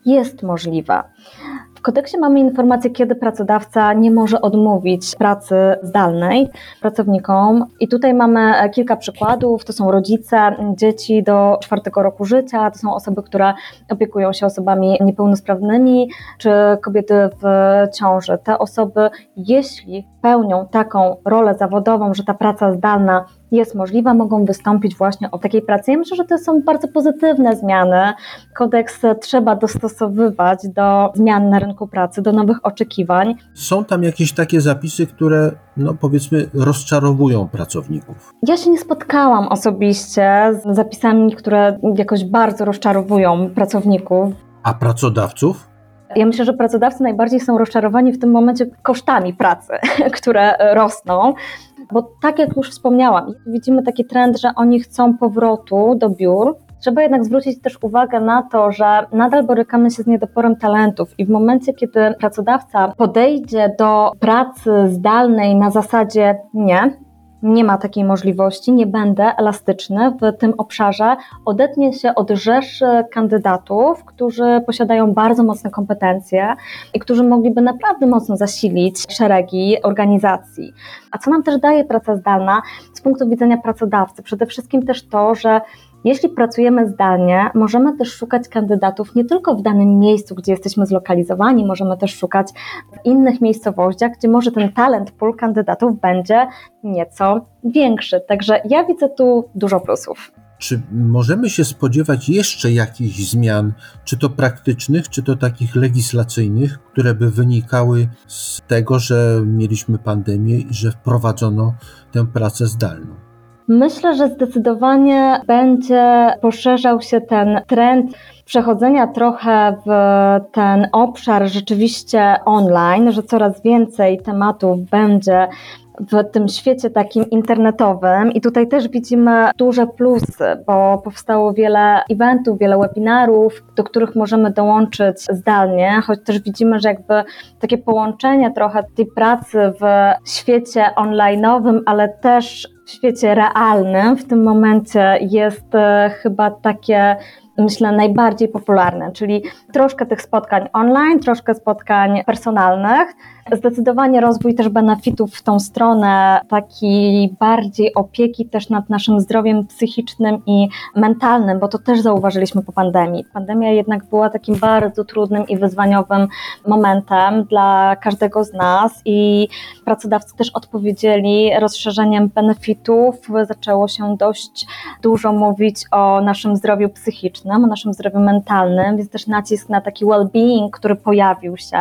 jest możliwa. W kodeksie mamy informację, kiedy pracodawca nie może odmówić pracy zdalnej pracownikom i tutaj mamy kilka przykładów. To są rodzice dzieci do czwartego roku życia, to są osoby, które opiekują się osobami niepełnosprawnymi, czy kobiety w ciąży. Te osoby, jeśli pełnią taką rolę zawodową, że ta praca zdalna jest możliwa, mogą wystąpić właśnie o takiej pracy. Ja myślę, że to są bardzo pozytywne zmiany. Kodeks trzeba dostosowywać do zmian na rynku pracy, do nowych oczekiwań. Są tam jakieś takie zapisy, które, no powiedzmy, rozczarowują pracowników? Ja się nie spotkałam osobiście z zapisami, które jakoś bardzo rozczarowują pracowników. A pracodawców? Ja myślę, że pracodawcy najbardziej są rozczarowani w tym momencie kosztami pracy, które rosną. Bo tak jak już wspomniałam, widzimy taki trend, że oni chcą powrotu do biur. Trzeba jednak zwrócić też uwagę na to, że nadal borykamy się z niedoborem talentów i w momencie, kiedy pracodawca podejdzie do pracy zdalnej na zasadzie nie, nie ma takiej możliwości, nie będę elastyczny w tym obszarze, odetnie się od rzeszy kandydatów, którzy posiadają bardzo mocne kompetencje i którzy mogliby naprawdę mocno zasilić szeregi organizacji. A co nam też daje praca zdalna z punktu widzenia pracodawcy? Przede wszystkim też to, że jeśli pracujemy zdalnie, możemy też szukać kandydatów nie tylko w danym miejscu, gdzie jesteśmy zlokalizowani, możemy też szukać w innych miejscowościach, gdzie może ten talent pool kandydatów będzie nieco większy. Także ja widzę tu dużo plusów. Czy możemy się spodziewać jeszcze jakichś zmian, czy to praktycznych, czy to takich legislacyjnych, które by wynikały z tego, że mieliśmy pandemię i że wprowadzono tę pracę zdalną? Myślę, że zdecydowanie będzie poszerzał się ten trend przechodzenia trochę w ten obszar rzeczywiście online, że coraz więcej tematów będzie w tym świecie takim internetowym i tutaj też widzimy duże plusy, bo powstało wiele eventów, wiele webinarów, do których możemy dołączyć zdalnie, choć też widzimy, że jakby takie połączenie trochę tej pracy w świecie online'owym, ale też w świecie realnym w tym momencie jest chyba takie, myślę, najbardziej popularne, czyli troszkę tych spotkań online, troszkę spotkań personalnych. Zdecydowanie rozwój też benefitów w tą stronę takiej bardziej opieki też nad naszym zdrowiem psychicznym i mentalnym, bo to też zauważyliśmy po pandemii. Pandemia jednak była takim bardzo trudnym i wyzwaniowym momentem dla każdego z nas i pracodawcy też odpowiedzieli rozszerzeniem benefitów. Zaczęło się dość dużo mówić o naszym zdrowiu psychicznym, o naszym zdrowiu mentalnym, więc też nacisk na taki well-being, który pojawił się.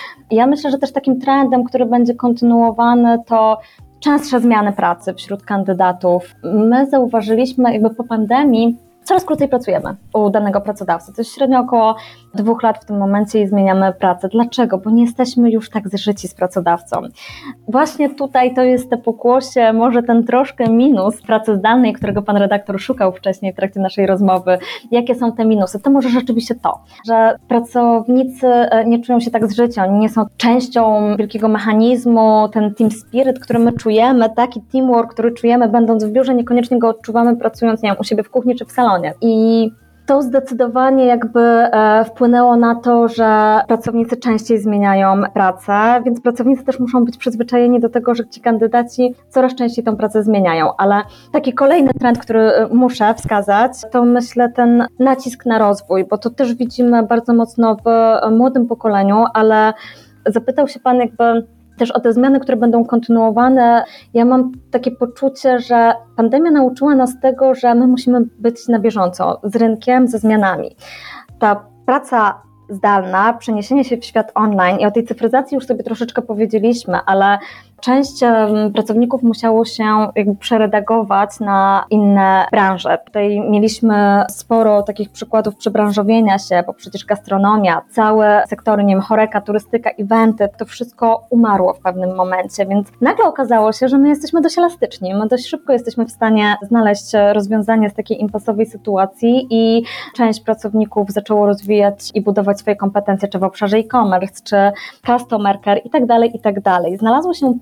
Ja myślę, że też takim trendem, który będzie kontynuowany, to częstsze zmiany pracy wśród kandydatów. My zauważyliśmy jakby po pandemii, coraz krócej pracujemy u danego pracodawcy. To jest średnio około dwóch lat w tym momencie i zmieniamy pracę. Dlaczego? Bo nie jesteśmy już tak zżyci z pracodawcą. Właśnie tutaj to jest te pokłosie, może ten troszkę minus pracy zdalnej, którego pan redaktor szukał wcześniej w trakcie naszej rozmowy. Jakie są te minusy? To może rzeczywiście to, że pracownicy nie czują się tak zżyci, oni nie są częścią wielkiego mechanizmu, ten team spirit, który my czujemy, taki teamwork, który czujemy będąc w biurze, niekoniecznie go odczuwamy pracując, nie wiem, u siebie w kuchni czy w salonie. I to zdecydowanie jakby e, wpłynęło na to, że pracownicy częściej zmieniają pracę, więc pracownicy też muszą być przyzwyczajeni do tego, że ci kandydaci coraz częściej tą pracę zmieniają. Ale taki kolejny trend, który muszę wskazać, to myślę ten nacisk na rozwój, bo to też widzimy bardzo mocno w młodym pokoleniu, ale zapytał się pan jakby też o te zmiany, które będą kontynuowane. Ja mam takie poczucie, że pandemia nauczyła nas tego, że my musimy być na bieżąco z rynkiem, ze zmianami. Ta praca zdalna, przeniesienie się w świat online i o tej cyfryzacji już sobie troszeczkę powiedzieliśmy, ale część pracowników musiało się jakby przeredagować na inne branże. Tutaj mieliśmy sporo takich przykładów przebranżowienia się, bo przecież gastronomia, całe sektory, nie wiem, choreka, turystyka, eventy, to wszystko umarło w pewnym momencie, więc nagle okazało się, że my jesteśmy dość elastyczni, my dość szybko jesteśmy w stanie znaleźć rozwiązanie z takiej impasowej sytuacji i część pracowników zaczęło rozwijać i budować swoje kompetencje, czy w obszarze e-commerce, czy customer care i tak dalej, i tak dalej. Znalazło się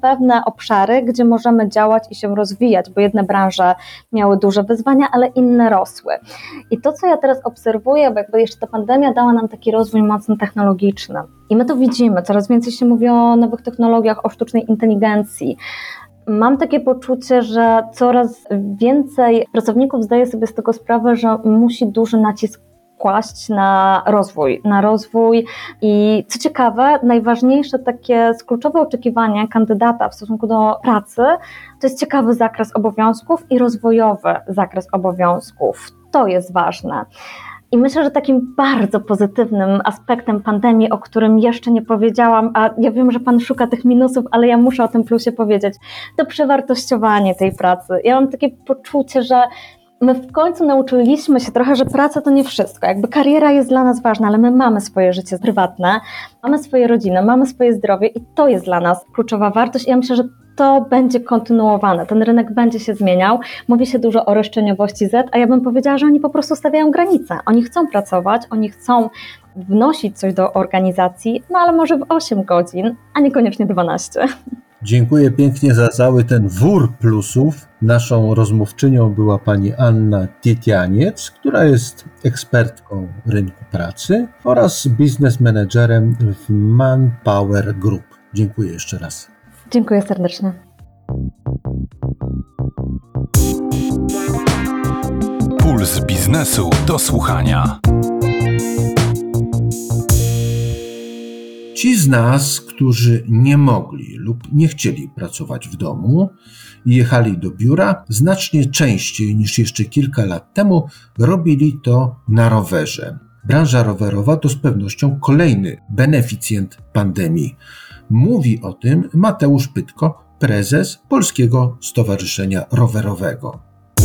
pewne obszary, gdzie możemy działać i się rozwijać, bo jedne branże miały duże wyzwania, ale inne rosły. I to, co ja teraz obserwuję, bo jakby jeszcze ta pandemia dała nam taki rozwój mocno technologiczny. I my to widzimy, coraz więcej się mówi o nowych technologiach, o sztucznej inteligencji. Mam takie poczucie, że coraz więcej pracowników zdaje sobie z tego sprawę, że musi duży nacisk kłaść na rozwój, na rozwój i co ciekawe, najważniejsze takie kluczowe oczekiwanie kandydata w stosunku do pracy to jest ciekawy zakres obowiązków i rozwojowy zakres obowiązków. To jest ważne. I myślę, że takim bardzo pozytywnym aspektem pandemii, o którym jeszcze nie powiedziałam, a ja wiem, że Pan szuka tych minusów, ale ja muszę o tym plusie powiedzieć, to przewartościowanie tej pracy. Ja mam takie poczucie, że my w końcu nauczyliśmy się trochę, że praca to nie wszystko. Jakby kariera jest dla nas ważna, ale my mamy swoje życie prywatne, mamy swoje rodziny, mamy swoje zdrowie i to jest dla nas kluczowa wartość. I ja myślę, że to będzie kontynuowane. Ten rynek będzie się zmieniał. Mówi się dużo o roszczeniowości Z, a ja bym powiedziała, że oni po prostu stawiają granice. Oni chcą pracować, oni chcą wnosić coś do organizacji, no ale może w osiem godzin, a niekoniecznie dwanaście. Dziękuję pięknie za cały ten wór plusów. Naszą rozmówczynią była pani Anna Tytianiec, która jest ekspertką rynku pracy oraz biznes menedżerem w Manpower Group. Dziękuję jeszcze raz. Dziękuję serdecznie. Puls biznesu do słuchania. Ci z nas, którzy nie mogli lub nie chcieli pracować w domu i jechali do biura, znacznie częściej niż jeszcze kilka lat temu robili to na rowerze. Branża rowerowa to z pewnością kolejny beneficjent pandemii. Mówi o tym Mateusz Pytko, prezes Polskiego Stowarzyszenia Rowerowego.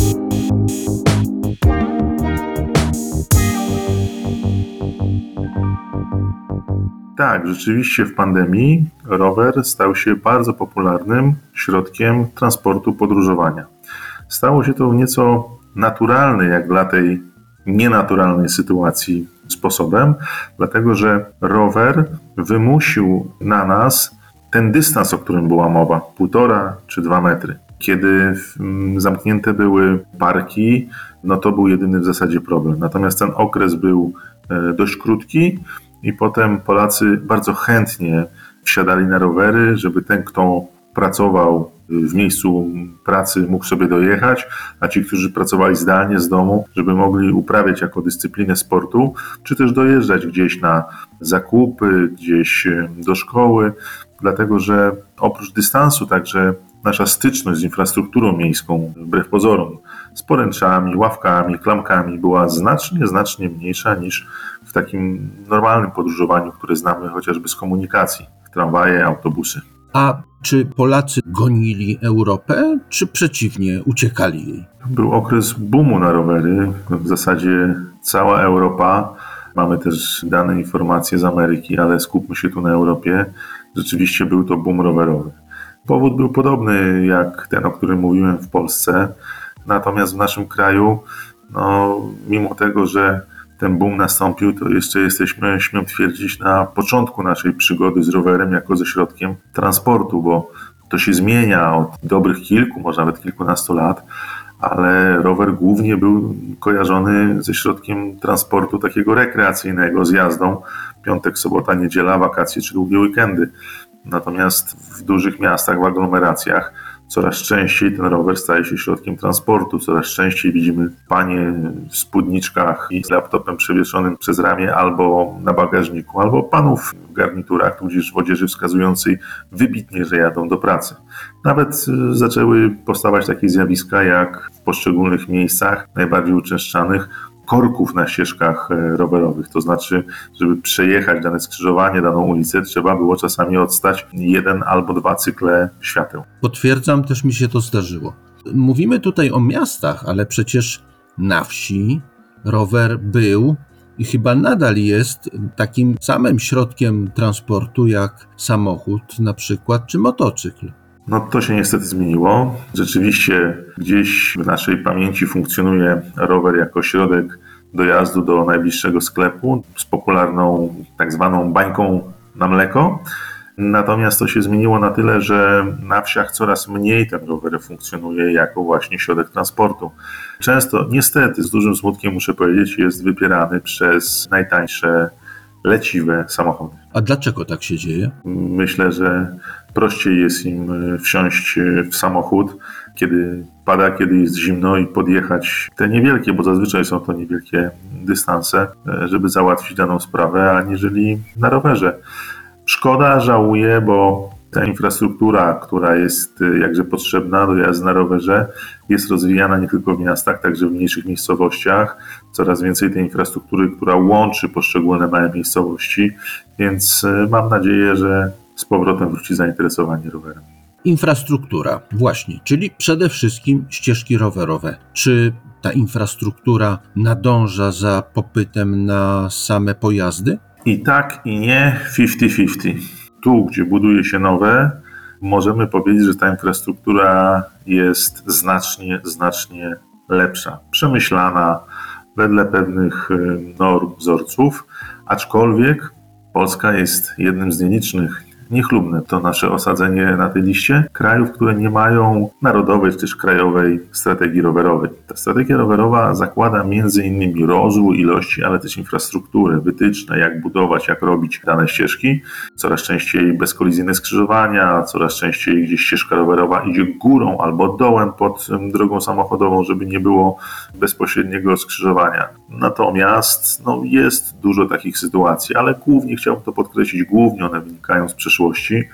Tak, rzeczywiście w pandemii rower stał się bardzo popularnym środkiem transportu, podróżowania. Stało się to nieco naturalny, jak dla tej nienaturalnej sytuacji sposobem, dlatego że rower wymusił na nas ten dystans, o którym była mowa, półtora czy dwa metry. Kiedy zamknięte były parki, no to był jedyny w zasadzie problem. Natomiast ten okres był dość krótki i potem Polacy bardzo chętnie wsiadali na rowery, żeby ten, kto pracował w miejscu pracy, mógł sobie dojechać, a ci, którzy pracowali zdalnie z domu, żeby mogli uprawiać jako dyscyplinę sportu, czy też dojeżdżać gdzieś na zakupy, gdzieś do szkoły, dlatego że oprócz dystansu także nasza styczność z infrastrukturą miejską, wbrew pozorom, z poręczami, ławkami, klamkami była znacznie, znacznie mniejsza niż w takim normalnym podróżowaniu, które znamy chociażby z komunikacji, tramwaje, autobusy. A czy Polacy gonili Europę, czy przeciwnie, uciekali jej? Był okres boomu na rowery, w zasadzie cała Europa. Mamy też dane informacje z Ameryki, ale skupmy się tu na Europie. Rzeczywiście był to boom rowerowy. Powód był podobny jak ten, o którym mówiłem w Polsce, natomiast w naszym kraju, no, mimo tego, że ten boom nastąpił, to jeszcze jesteśmy, śmiem twierdzić, na początku naszej przygody z rowerem jako ze środkiem transportu, bo to się zmienia od dobrych kilku, może nawet kilkunastu lat, ale rower głównie był kojarzony ze środkiem transportu takiego rekreacyjnego, z jazdą, piątek, sobota, niedziela, wakacje czy długie weekendy. Natomiast w dużych miastach, w aglomeracjach coraz częściej ten rower staje się środkiem transportu, coraz częściej widzimy panie w spódniczkach i z laptopem przewieszonym przez ramię albo na bagażniku, albo panów w garniturach, tudzież w odzieży wskazującej wybitnie, że jadą do pracy. Nawet zaczęły powstawać takie zjawiska jak w poszczególnych miejscach najbardziej uczęszczanych korków na ścieżkach rowerowych, to znaczy, żeby przejechać dane skrzyżowanie, daną ulicę, trzeba było czasami odstać jeden albo dwa cykle świateł. Potwierdzam, też mi się to zdarzyło. Mówimy tutaj o miastach, ale przecież na wsi rower był i chyba nadal jest takim samym środkiem transportu jak samochód na przykład, czy motocykl. No to się niestety zmieniło. Rzeczywiście gdzieś w naszej pamięci funkcjonuje rower jako środek dojazdu do najbliższego sklepu z popularną tak zwaną bańką na mleko. Natomiast to się zmieniło na tyle, że na wsiach coraz mniej ten rower funkcjonuje jako właśnie środek transportu. Często, niestety, z dużym smutkiem muszę powiedzieć, jest wypierany przez najtańsze, leciwe samochody. A dlaczego tak się dzieje? Myślę, że prościej jest im wsiąść w samochód, kiedy pada, kiedy jest zimno i podjechać te niewielkie, bo zazwyczaj są to niewielkie dystanse, żeby załatwić daną sprawę, aniżeli na rowerze. Szkoda, żałuję, bo ta infrastruktura, która jest jakże potrzebna do jazdy na rowerze, jest rozwijana nie tylko w miastach, także w mniejszych miejscowościach. Coraz więcej tej infrastruktury, która łączy poszczególne małe miejscowości, więc mam nadzieję, że z powrotem wróci zainteresowanie rowerem. Infrastruktura, właśnie, czyli przede wszystkim ścieżki rowerowe. Czy ta infrastruktura nadąża za popytem na same pojazdy? I tak, i nie, pięćdziesiąt pięćdziesiąt. Tu, gdzie buduje się nowe, możemy powiedzieć, że ta infrastruktura jest znacznie, znacznie lepsza, przemyślana, wedle pewnych norm, wzorców, aczkolwiek Polska jest jednym z nielicznych, niechlubne to nasze osadzenie na tej liście krajów, które nie mają narodowej czy też krajowej strategii rowerowej. Ta strategia rowerowa zakłada między innymi rozwój ilości, ale też infrastruktury, wytyczne, jak budować, jak robić dane ścieżki. Coraz częściej bezkolizyjne skrzyżowania, coraz częściej gdzieś ścieżka rowerowa idzie górą albo dołem pod drogą samochodową, żeby nie było bezpośredniego skrzyżowania. Natomiast no, jest dużo takich sytuacji, ale głównie chciałbym to podkreślić, głównie one wynikają z przeszłości,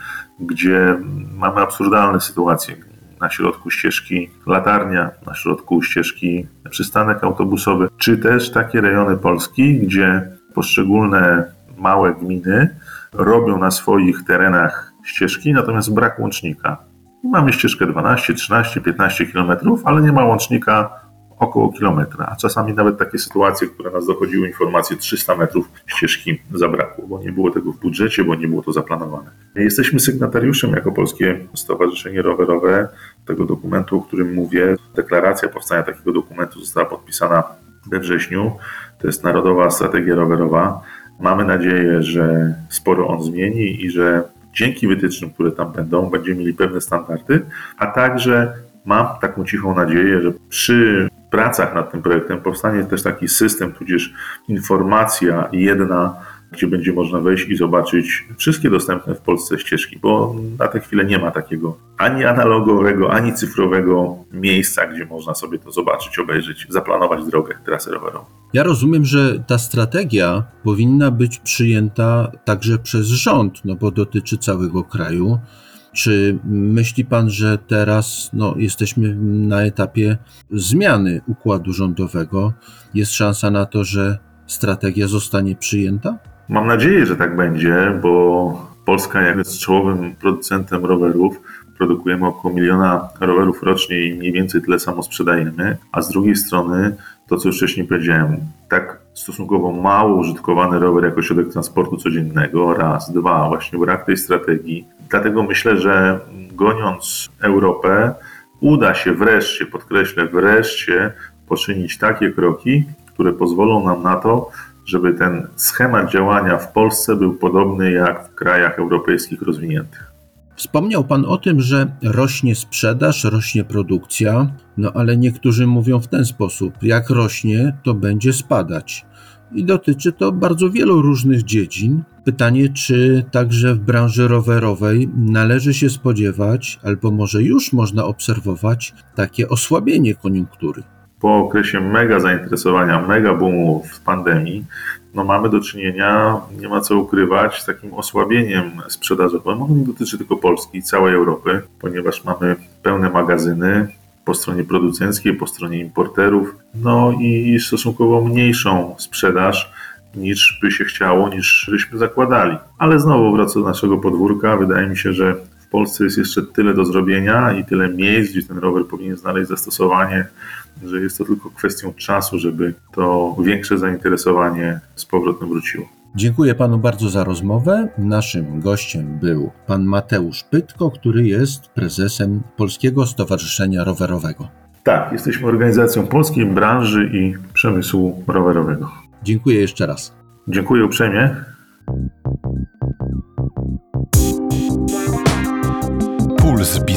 gdzie mamy absurdalne sytuacje. Na środku ścieżki latarnia, na środku ścieżki przystanek autobusowy, czy też takie rejony Polski, gdzie poszczególne małe gminy robią na swoich terenach ścieżki, natomiast brak łącznika. Mamy ścieżkę dwanaście, trzynaście, piętnaście kilometrów, ale nie ma łącznika około kilometra, a czasami nawet takie sytuacje, które nas dochodziły informacje, trzysta metrów ścieżki zabrakło, bo nie było tego w budżecie, bo nie było to zaplanowane. Jesteśmy sygnatariuszem jako Polskie Stowarzyszenie Rowerowe tego dokumentu, o którym mówię. Deklaracja powstania takiego dokumentu została podpisana we wrześniu. To jest Narodowa Strategia Rowerowa. Mamy nadzieję, że sporo on zmieni i że dzięki wytycznym, które tam będą, będziemy mieli pewne standardy, a także mam taką cichą nadzieję, że przy pracach nad tym projektem powstanie też taki system, tudzież informacja jedna, gdzie będzie można wejść i zobaczyć wszystkie dostępne w Polsce ścieżki, bo na tę chwilę nie ma takiego ani analogowego, ani cyfrowego miejsca, gdzie można sobie to zobaczyć, obejrzeć, zaplanować drogę, trasę rowerową. Ja rozumiem, że ta strategia powinna być przyjęta także przez rząd, no bo dotyczy całego kraju. Czy myśli pan, że teraz no, jesteśmy na etapie zmiany układu rządowego? Jest szansa na to, że strategia zostanie przyjęta? Mam nadzieję, że tak będzie, bo Polska jest czołowym producentem rowerów. Produkujemy około miliona rowerów rocznie i mniej więcej tyle samo sprzedajemy. A z drugiej strony, to co już wcześniej powiedziałem, tak stosunkowo mało użytkowany rower jako środek transportu codziennego, raz, dwa, właśnie brak tej strategii. Dlatego myślę, że goniąc Europę, uda się wreszcie, podkreślę, wreszcie poczynić takie kroki, które pozwolą nam na to, żeby ten schemat działania w Polsce był podobny jak w krajach europejskich rozwiniętych. Wspomniał pan o tym, że rośnie sprzedaż, rośnie produkcja, no ale niektórzy mówią w ten sposób, jak rośnie, to będzie spadać. I dotyczy to bardzo wielu różnych dziedzin. Pytanie, czy także w branży rowerowej należy się spodziewać, albo może już można obserwować takie osłabienie koniunktury. Po okresie mega zainteresowania, mega boomu w pandemii, no mamy do czynienia, nie ma co ukrywać, z takim osłabieniem sprzedażowym. Ono nie dotyczy tylko Polski, całej Europy, ponieważ mamy pełne magazyny po stronie producenckiej, po stronie importerów, no i stosunkowo mniejszą sprzedaż niż by się chciało, niż byśmy zakładali. Ale znowu wracam do naszego podwórka, wydaje mi się, że w Polsce jest jeszcze tyle do zrobienia i tyle miejsc, gdzie ten rower powinien znaleźć zastosowanie, że jest to tylko kwestią czasu, żeby to większe zainteresowanie z powrotem wróciło. Dziękuję panu bardzo za rozmowę. Naszym gościem był pan Mateusz Pytko, który jest prezesem Polskiego Stowarzyszenia Rowerowego. Tak, jesteśmy organizacją polskiej branży i przemysłu rowerowego. Dziękuję jeszcze raz. Dziękuję uprzejmie.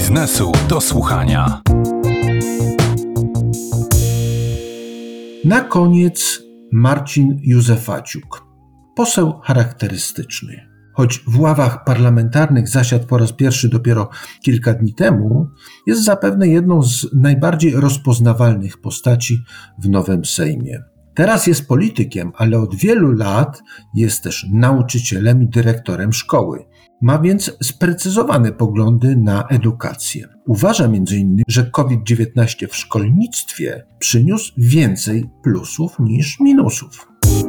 biznesu do słuchania. Na koniec Marcin Józefaciuk, poseł charakterystyczny. Choć w ławach parlamentarnych zasiadł po raz pierwszy dopiero kilka dni temu, jest zapewne jedną z najbardziej rozpoznawalnych postaci w nowym Sejmie. Teraz jest politykiem, ale od wielu lat jest też nauczycielem i dyrektorem szkoły. Ma więc sprecyzowane poglądy na edukację. Uważa między innymi, że kowid dziewiętnaście w szkolnictwie przyniósł więcej plusów niż minusów.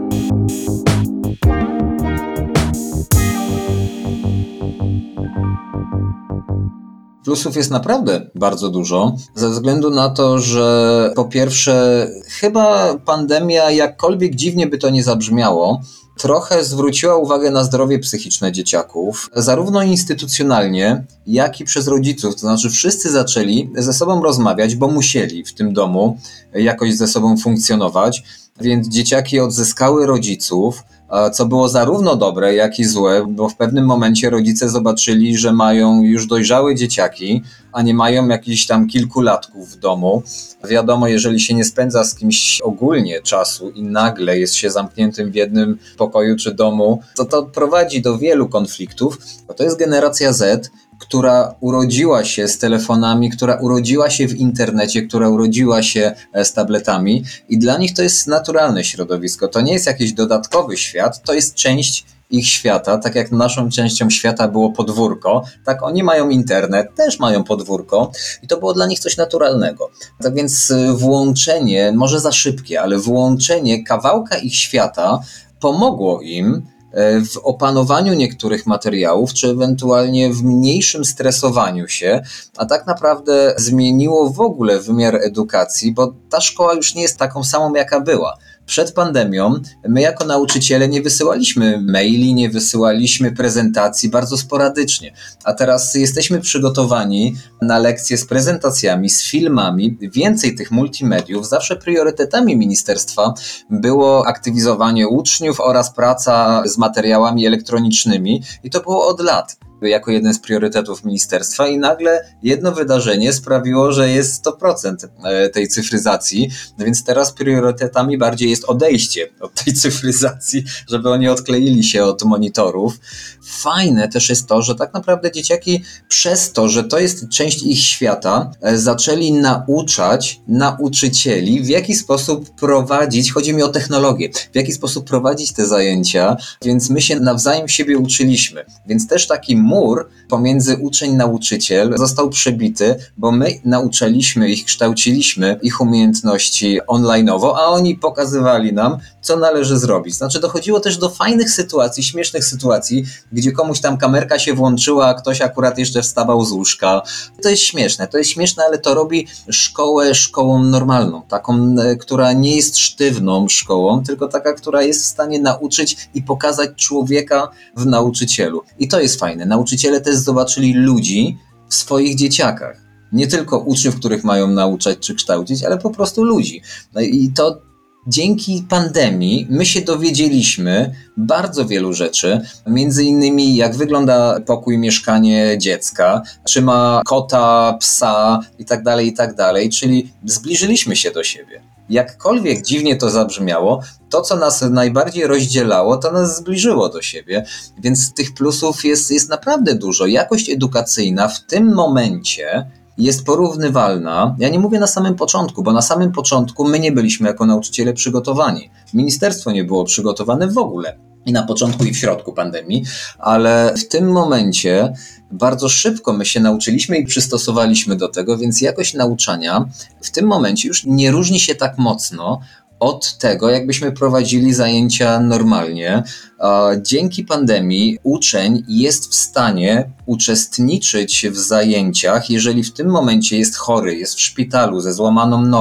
Plusów jest naprawdę bardzo dużo, ze względu na to, że po pierwsze, chyba pandemia, jakkolwiek dziwnie by to nie zabrzmiało, trochę zwróciła uwagę na zdrowie psychiczne dzieciaków, zarówno instytucjonalnie, jak i przez rodziców. To znaczy wszyscy zaczęli ze sobą rozmawiać, bo musieli w tym domu jakoś ze sobą funkcjonować, więc dzieciaki odzyskały rodziców, co było zarówno dobre, jak i złe, bo w pewnym momencie rodzice zobaczyli, że mają już dojrzałe dzieciaki, a nie mają jakichś tam kilkulatków w domu. Wiadomo, jeżeli się nie spędza z kimś ogólnie czasu i nagle jest się zamkniętym w jednym pokoju czy domu, to to prowadzi do wielu konfliktów, bo to jest generacja Z, która urodziła się z telefonami, która urodziła się w internecie, która urodziła się z tabletami i dla nich to jest naturalne środowisko. To nie jest jakiś dodatkowy świat, to jest część ich świata, tak jak naszą częścią świata było podwórko, tak oni mają internet, też mają podwórko i to było dla nich coś naturalnego. Tak więc włączenie, może za szybkie, ale włączenie kawałka ich świata pomogło im w opanowaniu niektórych materiałów, czy ewentualnie w mniejszym stresowaniu się, a tak naprawdę zmieniło w ogóle wymiar edukacji, bo ta szkoła już nie jest taką samą, jaka była. Przed pandemią my jako nauczyciele nie wysyłaliśmy maili, nie wysyłaliśmy prezentacji, bardzo sporadycznie, a teraz jesteśmy przygotowani na lekcje z prezentacjami, z filmami, więcej tych multimediów. Zawsze priorytetami ministerstwa było aktywizowanie uczniów oraz praca z materiałami elektronicznymi i to było od lat jako jeden z priorytetów ministerstwa i nagle jedno wydarzenie sprawiło, że jest sto procent tej cyfryzacji, więc teraz priorytetami bardziej jest odejście od tej cyfryzacji, żeby oni odkleili się od monitorów. Fajne też jest to, że tak naprawdę dzieciaki przez to, że to jest część ich świata, zaczęli nauczać nauczycieli, w jaki sposób prowadzić, chodzi mi o technologię, w jaki sposób prowadzić te zajęcia, więc my się nawzajem siebie uczyliśmy, więc też taki mur pomiędzy uczeń-nauczyciel został przebity, bo my nauczaliśmy ich, kształciliśmy ich umiejętności online'owo, a oni pokazywali nam, co należy zrobić. Znaczy dochodziło też do fajnych sytuacji, śmiesznych sytuacji, gdzie komuś tam kamerka się włączyła, a ktoś akurat jeszcze wstawał z łóżka. To jest śmieszne, to jest śmieszne, ale to robi szkołę szkołą normalną, taką, która nie jest sztywną szkołą, tylko taka, która jest w stanie nauczyć i pokazać człowieka w nauczycielu. I to jest fajne. Nauczyciele też zobaczyli ludzi w swoich dzieciakach. Nie tylko uczniów, których mają nauczać czy kształcić, ale po prostu ludzi. No i to dzięki pandemii my się dowiedzieliśmy bardzo wielu rzeczy, między innymi jak wygląda pokój, mieszkanie dziecka, czy ma kota, psa i tak dalej, i tak dalej, czyli zbliżyliśmy się do siebie. Jakkolwiek dziwnie to zabrzmiało, to co nas najbardziej rozdzielało, to nas zbliżyło do siebie, więc tych plusów jest, jest naprawdę dużo. Jakość edukacyjna w tym momencie jest porównywalna. Ja nie mówię na samym początku, bo na samym początku my nie byliśmy jako nauczyciele przygotowani. Ministerstwo nie było przygotowane w ogóle. I na początku, i w środku pandemii, ale w tym momencie bardzo szybko my się nauczyliśmy i przystosowaliśmy do tego, więc jakość nauczania w tym momencie już nie różni się tak mocno od tego, jakbyśmy prowadzili zajęcia normalnie. Dzięki pandemii uczeń jest w stanie uczestniczyć w zajęciach, jeżeli w tym momencie jest chory, jest w szpitalu ze złamaną nogą,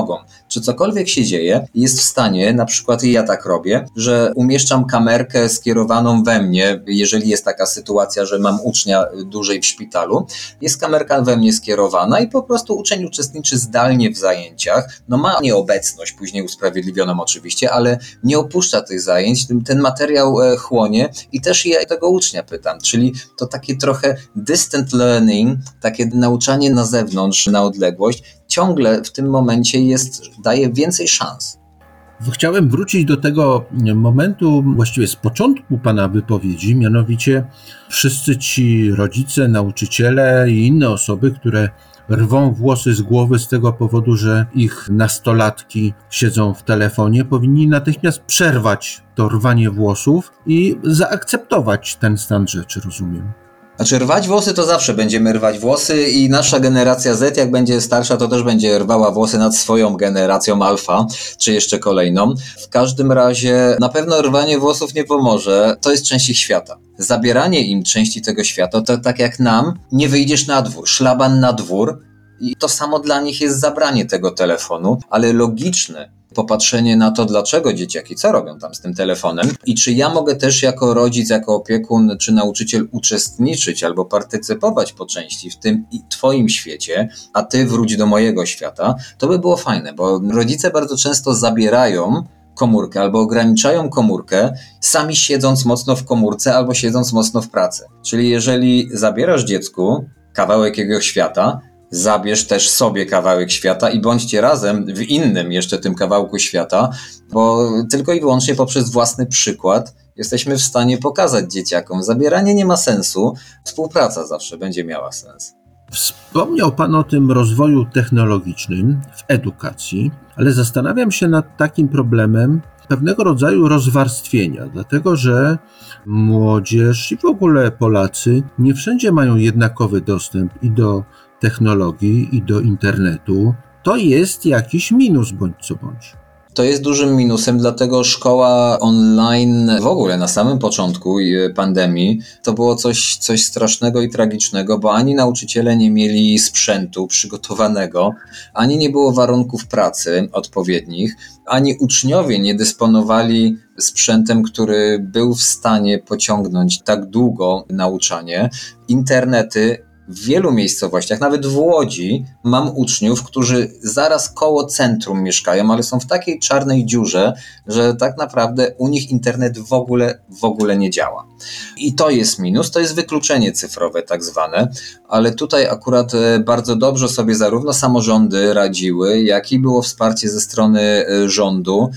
czy cokolwiek się dzieje, jest w stanie, na przykład ja tak robię, że umieszczam kamerkę skierowaną we mnie, jeżeli jest taka sytuacja, że mam ucznia dłużej w szpitalu, jest kamerka we mnie skierowana i po prostu uczeń uczestniczy zdalnie w zajęciach, no ma nieobecność, później usprawiedliwioną oczywiście, ale nie opuszcza tych zajęć, ten materiał chłonie i też ja tego ucznia pytam, czyli to takie trochę distant learning, takie nauczanie na zewnątrz, na odległość, ciągle w tym momencie jest, daje więcej szans. Chciałem wrócić do tego momentu, właściwie z początku pana wypowiedzi, mianowicie wszyscy ci rodzice, nauczyciele i inne osoby, które rwą włosy z głowy z tego powodu, że ich nastolatki siedzą w telefonie, powinni natychmiast przerwać to rwanie włosów i zaakceptować ten stan rzeczy, rozumiem. Znaczy rwać włosy to zawsze będziemy rwać włosy i nasza generacja Z, jak będzie starsza, to też będzie rwała włosy nad swoją generacją alfa, czy jeszcze kolejną. W każdym razie na pewno rwanie włosów nie pomoże, to jest część ich świata. Zabieranie im części tego świata, to tak jak nam, nie wyjdziesz na dwór, szlaban na dwór i to samo dla nich jest zabranie tego telefonu, ale logiczne popatrzenie na to, dlaczego dzieciaki, co robią tam z tym telefonem i czy ja mogę też jako rodzic, jako opiekun czy nauczyciel uczestniczyć albo partycypować po części w tym i twoim świecie, a ty wróć do mojego świata, to by było fajne, bo rodzice bardzo często zabierają komórkę albo ograniczają komórkę, sami siedząc mocno w komórce albo siedząc mocno w pracy. Czyli jeżeli zabierasz dziecku kawałek jego świata, zabierz też sobie kawałek świata i bądźcie razem w innym jeszcze tym kawałku świata, bo tylko i wyłącznie poprzez własny przykład jesteśmy w stanie pokazać dzieciakom. Zabieranie nie ma sensu, współpraca zawsze będzie miała sens. Wspomniał pan o tym rozwoju technologicznym w edukacji, ale zastanawiam się nad takim problemem pewnego rodzaju rozwarstwienia, dlatego że młodzież i w ogóle Polacy nie wszędzie mają jednakowy dostęp i do technologii i do internetu. To jest jakiś minus bądź co bądź. To jest dużym minusem, dlatego szkoła online w ogóle na samym początku pandemii to było coś, coś strasznego i tragicznego, bo ani nauczyciele nie mieli sprzętu przygotowanego, ani nie było warunków pracy odpowiednich, ani uczniowie nie dysponowali sprzętem, który był w stanie pociągnąć tak długo nauczanie. Internety w wielu miejscowościach, nawet w Łodzi, mam uczniów, którzy zaraz koło centrum mieszkają, ale są w takiej czarnej dziurze, że tak naprawdę u nich internet w ogóle, w ogóle nie działa. I to jest minus, to jest wykluczenie cyfrowe tak zwane, ale tutaj akurat bardzo dobrze sobie zarówno samorządy radziły, jak i było wsparcie ze strony rządu,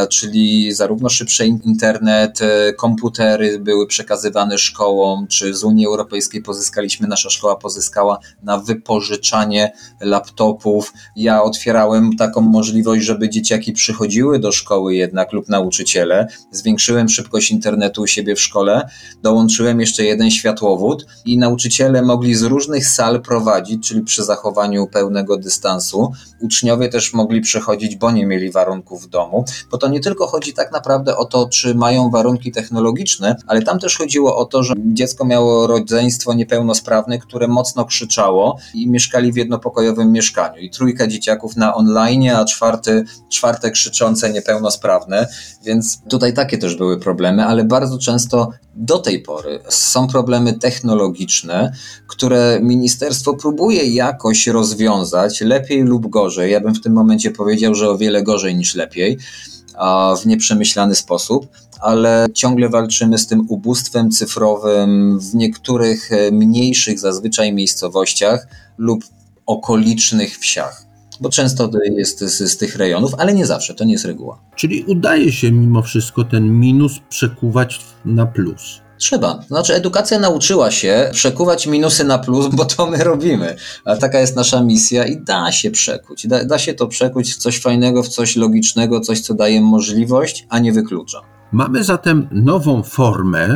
czyli zarówno szybszy internet, komputery były przekazywane szkołom, czy z Unii Europejskiej pozyskaliśmy, nasza szkoła pozyskała na wypożyczanie laptopów. Ja otwierałem taką możliwość, żeby dzieciaki przychodziły do szkoły jednak lub nauczyciele. Zwiększyłem szybkość internetu u siebie w szkole, dołączyłem jeszcze jeden światłowód i nauczyciele mogli z różnych sal prowadzić, czyli przy zachowaniu pełnego dystansu. Uczniowie też mogli przychodzić, bo nie mieli warunków w domu, bo to nie tylko chodzi tak naprawdę o to, czy mają warunki technologiczne, ale tam też chodziło o to, że dziecko miało rodzeństwo niepełnosprawne, które mocno krzyczało i mieszkali w jednopokojowym mieszkaniu i trójka dzieciaków na online, a czwarty, czwarte krzyczące niepełnosprawne, więc tutaj takie też były problemy, ale bardzo często do tej pory są problemy technologiczne, które ministerstwo próbuje jakoś rozwiązać, lepiej lub gorzej. Ja bym w tym momencie powiedział, że o wiele gorzej niż lepiej, a w nieprzemyślany sposób, ale ciągle walczymy z tym ubóstwem cyfrowym w niektórych mniejszych zazwyczaj miejscowościach lub okolicznych wsiach, bo często jest z, z tych rejonów, ale nie zawsze, to nie jest reguła. Czyli udaje się mimo wszystko ten minus przekuwać na plus. Trzeba. Znaczy edukacja nauczyła się przekuwać minusy na plus, bo to my robimy. A taka jest nasza misja i da się przekuć. Da, da się to przekuć w coś fajnego, w coś logicznego, coś, co daje możliwość, a nie wyklucza. Mamy zatem nową formę.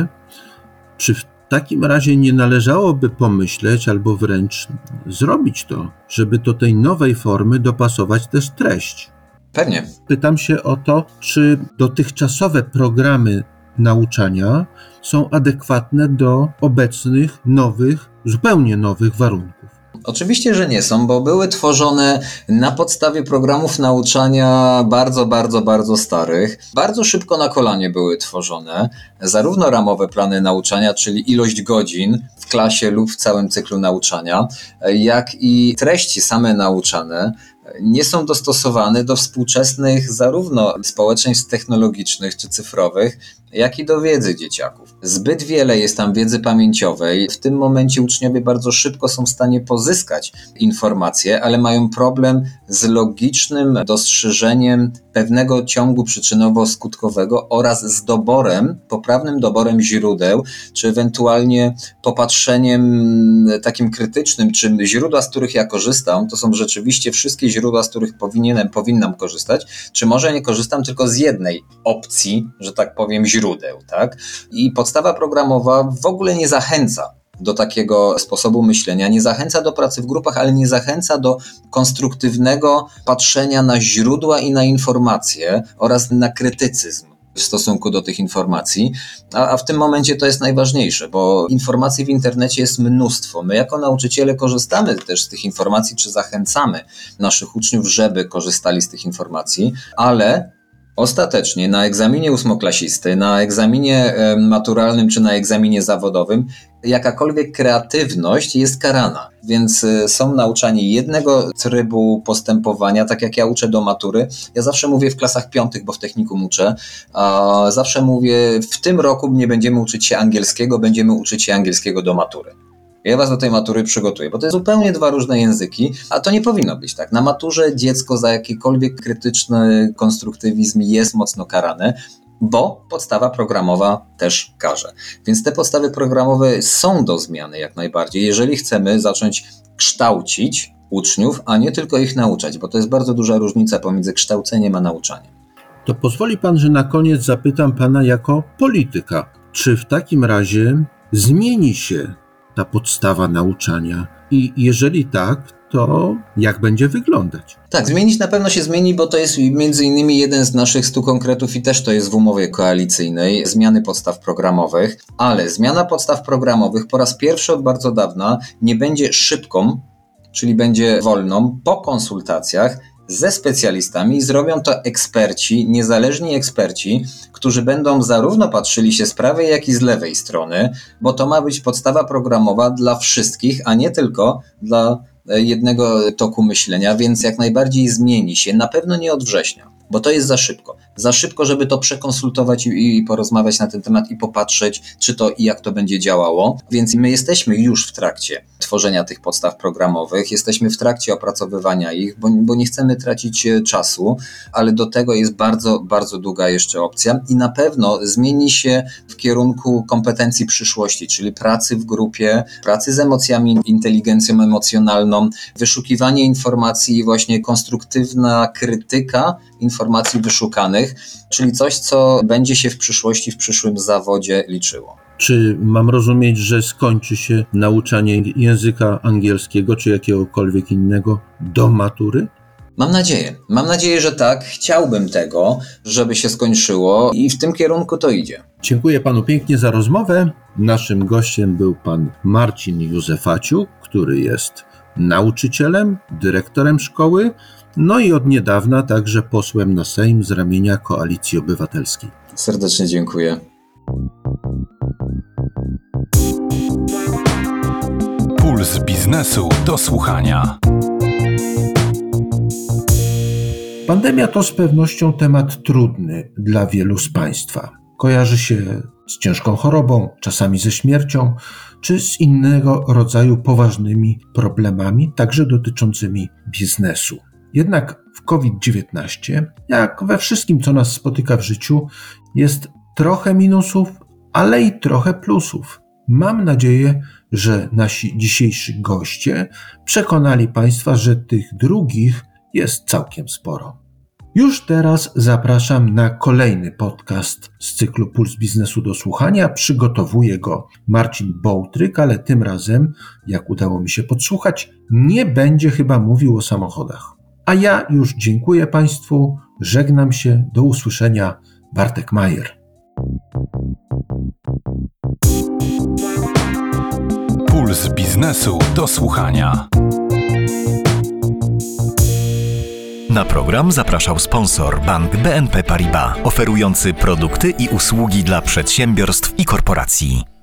Czy w takim razie nie należałoby pomyśleć albo wręcz zrobić to, żeby do tej nowej formy dopasować też treść? Pewnie. Pytam się o to, czy dotychczasowe programy nauczania są adekwatne do obecnych, nowych, zupełnie nowych warunków. Oczywiście, że nie są, bo były tworzone na podstawie programów nauczania bardzo, bardzo, bardzo starych. Bardzo szybko na kolanie były tworzone, zarówno ramowe plany nauczania, czyli ilość godzin w klasie lub w całym cyklu nauczania, jak i treści same nauczane nie są dostosowane do współczesnych zarówno społeczeństw technologicznych czy cyfrowych, jak i do wiedzy dzieciaków. Zbyt wiele jest tam wiedzy pamięciowej. W tym momencie uczniowie bardzo szybko są w stanie pozyskać informacje, ale mają problem z logicznym dostrzeżeniem pewnego ciągu przyczynowo-skutkowego oraz z doborem, poprawnym doborem źródeł, czy ewentualnie popatrzeniem takim krytycznym, czy źródła, z których ja korzystam, to są rzeczywiście wszystkie źródła, z których powinienem, powinnam korzystać, czy może nie korzystam tylko z jednej opcji, że tak powiem, źródeł, tak? I podstawa programowa w ogóle nie zachęca do takiego sposobu myślenia, nie zachęca do pracy w grupach, ale nie zachęca do konstruktywnego patrzenia na źródła i na informacje oraz na krytycyzm w stosunku do tych informacji, a, a w tym momencie to jest najważniejsze, bo informacji w internecie jest mnóstwo. My jako nauczyciele korzystamy też z tych informacji, czy zachęcamy naszych uczniów, żeby korzystali z tych informacji, ale ostatecznie na egzaminie ósmoklasisty, na egzaminie maturalnym czy na egzaminie zawodowym jakakolwiek kreatywność jest karana, więc są nauczani jednego trybu postępowania, tak jak ja uczę do matury. Ja zawsze mówię w klasach piątych, bo w technikum uczę, a zawsze mówię, w tym roku nie będziemy uczyć się angielskiego, będziemy uczyć się angielskiego do matury. Ja was do tej matury przygotuję, bo to jest zupełnie dwa różne języki, a to nie powinno być tak. Na maturze dziecko za jakikolwiek krytyczny konstruktywizm jest mocno karane, bo podstawa programowa też karze. Więc te podstawy programowe są do zmiany jak najbardziej, jeżeli chcemy zacząć kształcić uczniów, a nie tylko ich nauczać, bo to jest bardzo duża różnica pomiędzy kształceniem a nauczaniem. To pozwoli pan, że na koniec zapytam pana jako polityka, czy w takim razie zmieni się ta podstawa nauczania i jeżeli tak, to jak będzie wyglądać? Tak, zmienić na pewno się zmieni, bo to jest między innymi jeden z naszych stu konkretów i też to jest w umowie koalicyjnej, zmiany podstaw programowych, ale zmiana podstaw programowych po raz pierwszy od bardzo dawna nie będzie szybką, czyli będzie wolną, po konsultacjach ze specjalistami i zrobią to eksperci, niezależni eksperci, którzy będą zarówno patrzyli się z prawej, jak i z lewej strony, bo to ma być podstawa programowa dla wszystkich, a nie tylko dla jednego toku myślenia, więc jak najbardziej zmieni się, na pewno nie od września, bo to jest za szybko. Za szybko, żeby to przekonsultować i, i porozmawiać na ten temat i popatrzeć, czy to i jak to będzie działało. Więc my jesteśmy już w trakcie tworzenia tych podstaw programowych, jesteśmy w trakcie opracowywania ich, bo, bo nie chcemy tracić czasu, ale do tego jest bardzo, bardzo długa jeszcze opcja i na pewno zmieni się w kierunku kompetencji przyszłości, czyli pracy w grupie, pracy z emocjami, inteligencją emocjonalną, wyszukiwanie informacji i właśnie konstruktywna krytyka informacji wyszukanych, czyli coś, co będzie się w przyszłości, w przyszłym zawodzie liczyło. Czy mam rozumieć, że skończy się nauczanie języka angielskiego czy jakiegokolwiek innego do matury? Mam nadzieję. Mam nadzieję, że tak. Chciałbym tego, żeby się skończyło i w tym kierunku to idzie. Dziękuję panu pięknie za rozmowę. Naszym gościem był pan Marcin Józefaciuk, który jest nauczycielem, dyrektorem szkoły, no i od niedawna także posłem na Sejm z ramienia Koalicji Obywatelskiej. Serdecznie dziękuję. Puls biznesu do słuchania. Pandemia to z pewnością temat trudny dla wielu z państwa. Kojarzy się z ciężką chorobą, czasami ze śmiercią, czy z innego rodzaju poważnymi problemami, także dotyczącymi biznesu. Jednak w kowid dziewiętnaście, jak we wszystkim, co nas spotyka w życiu, jest trochę minusów, ale i trochę plusów. Mam nadzieję, że nasi dzisiejsi goście przekonali państwa, że tych drugich jest całkiem sporo. Już teraz zapraszam na kolejny podcast z cyklu Puls Biznesu do słuchania. Przygotowuje go Marcin Bołtryk, ale tym razem, jak udało mi się podsłuchać, nie będzie chyba mówił o samochodach. A ja już dziękuję państwu, żegnam się, do usłyszenia, Bartek Majer. Puls biznesu do słuchania. Na program zapraszał sponsor bank B N P Paribas, oferujący produkty i usługi dla przedsiębiorstw i korporacji.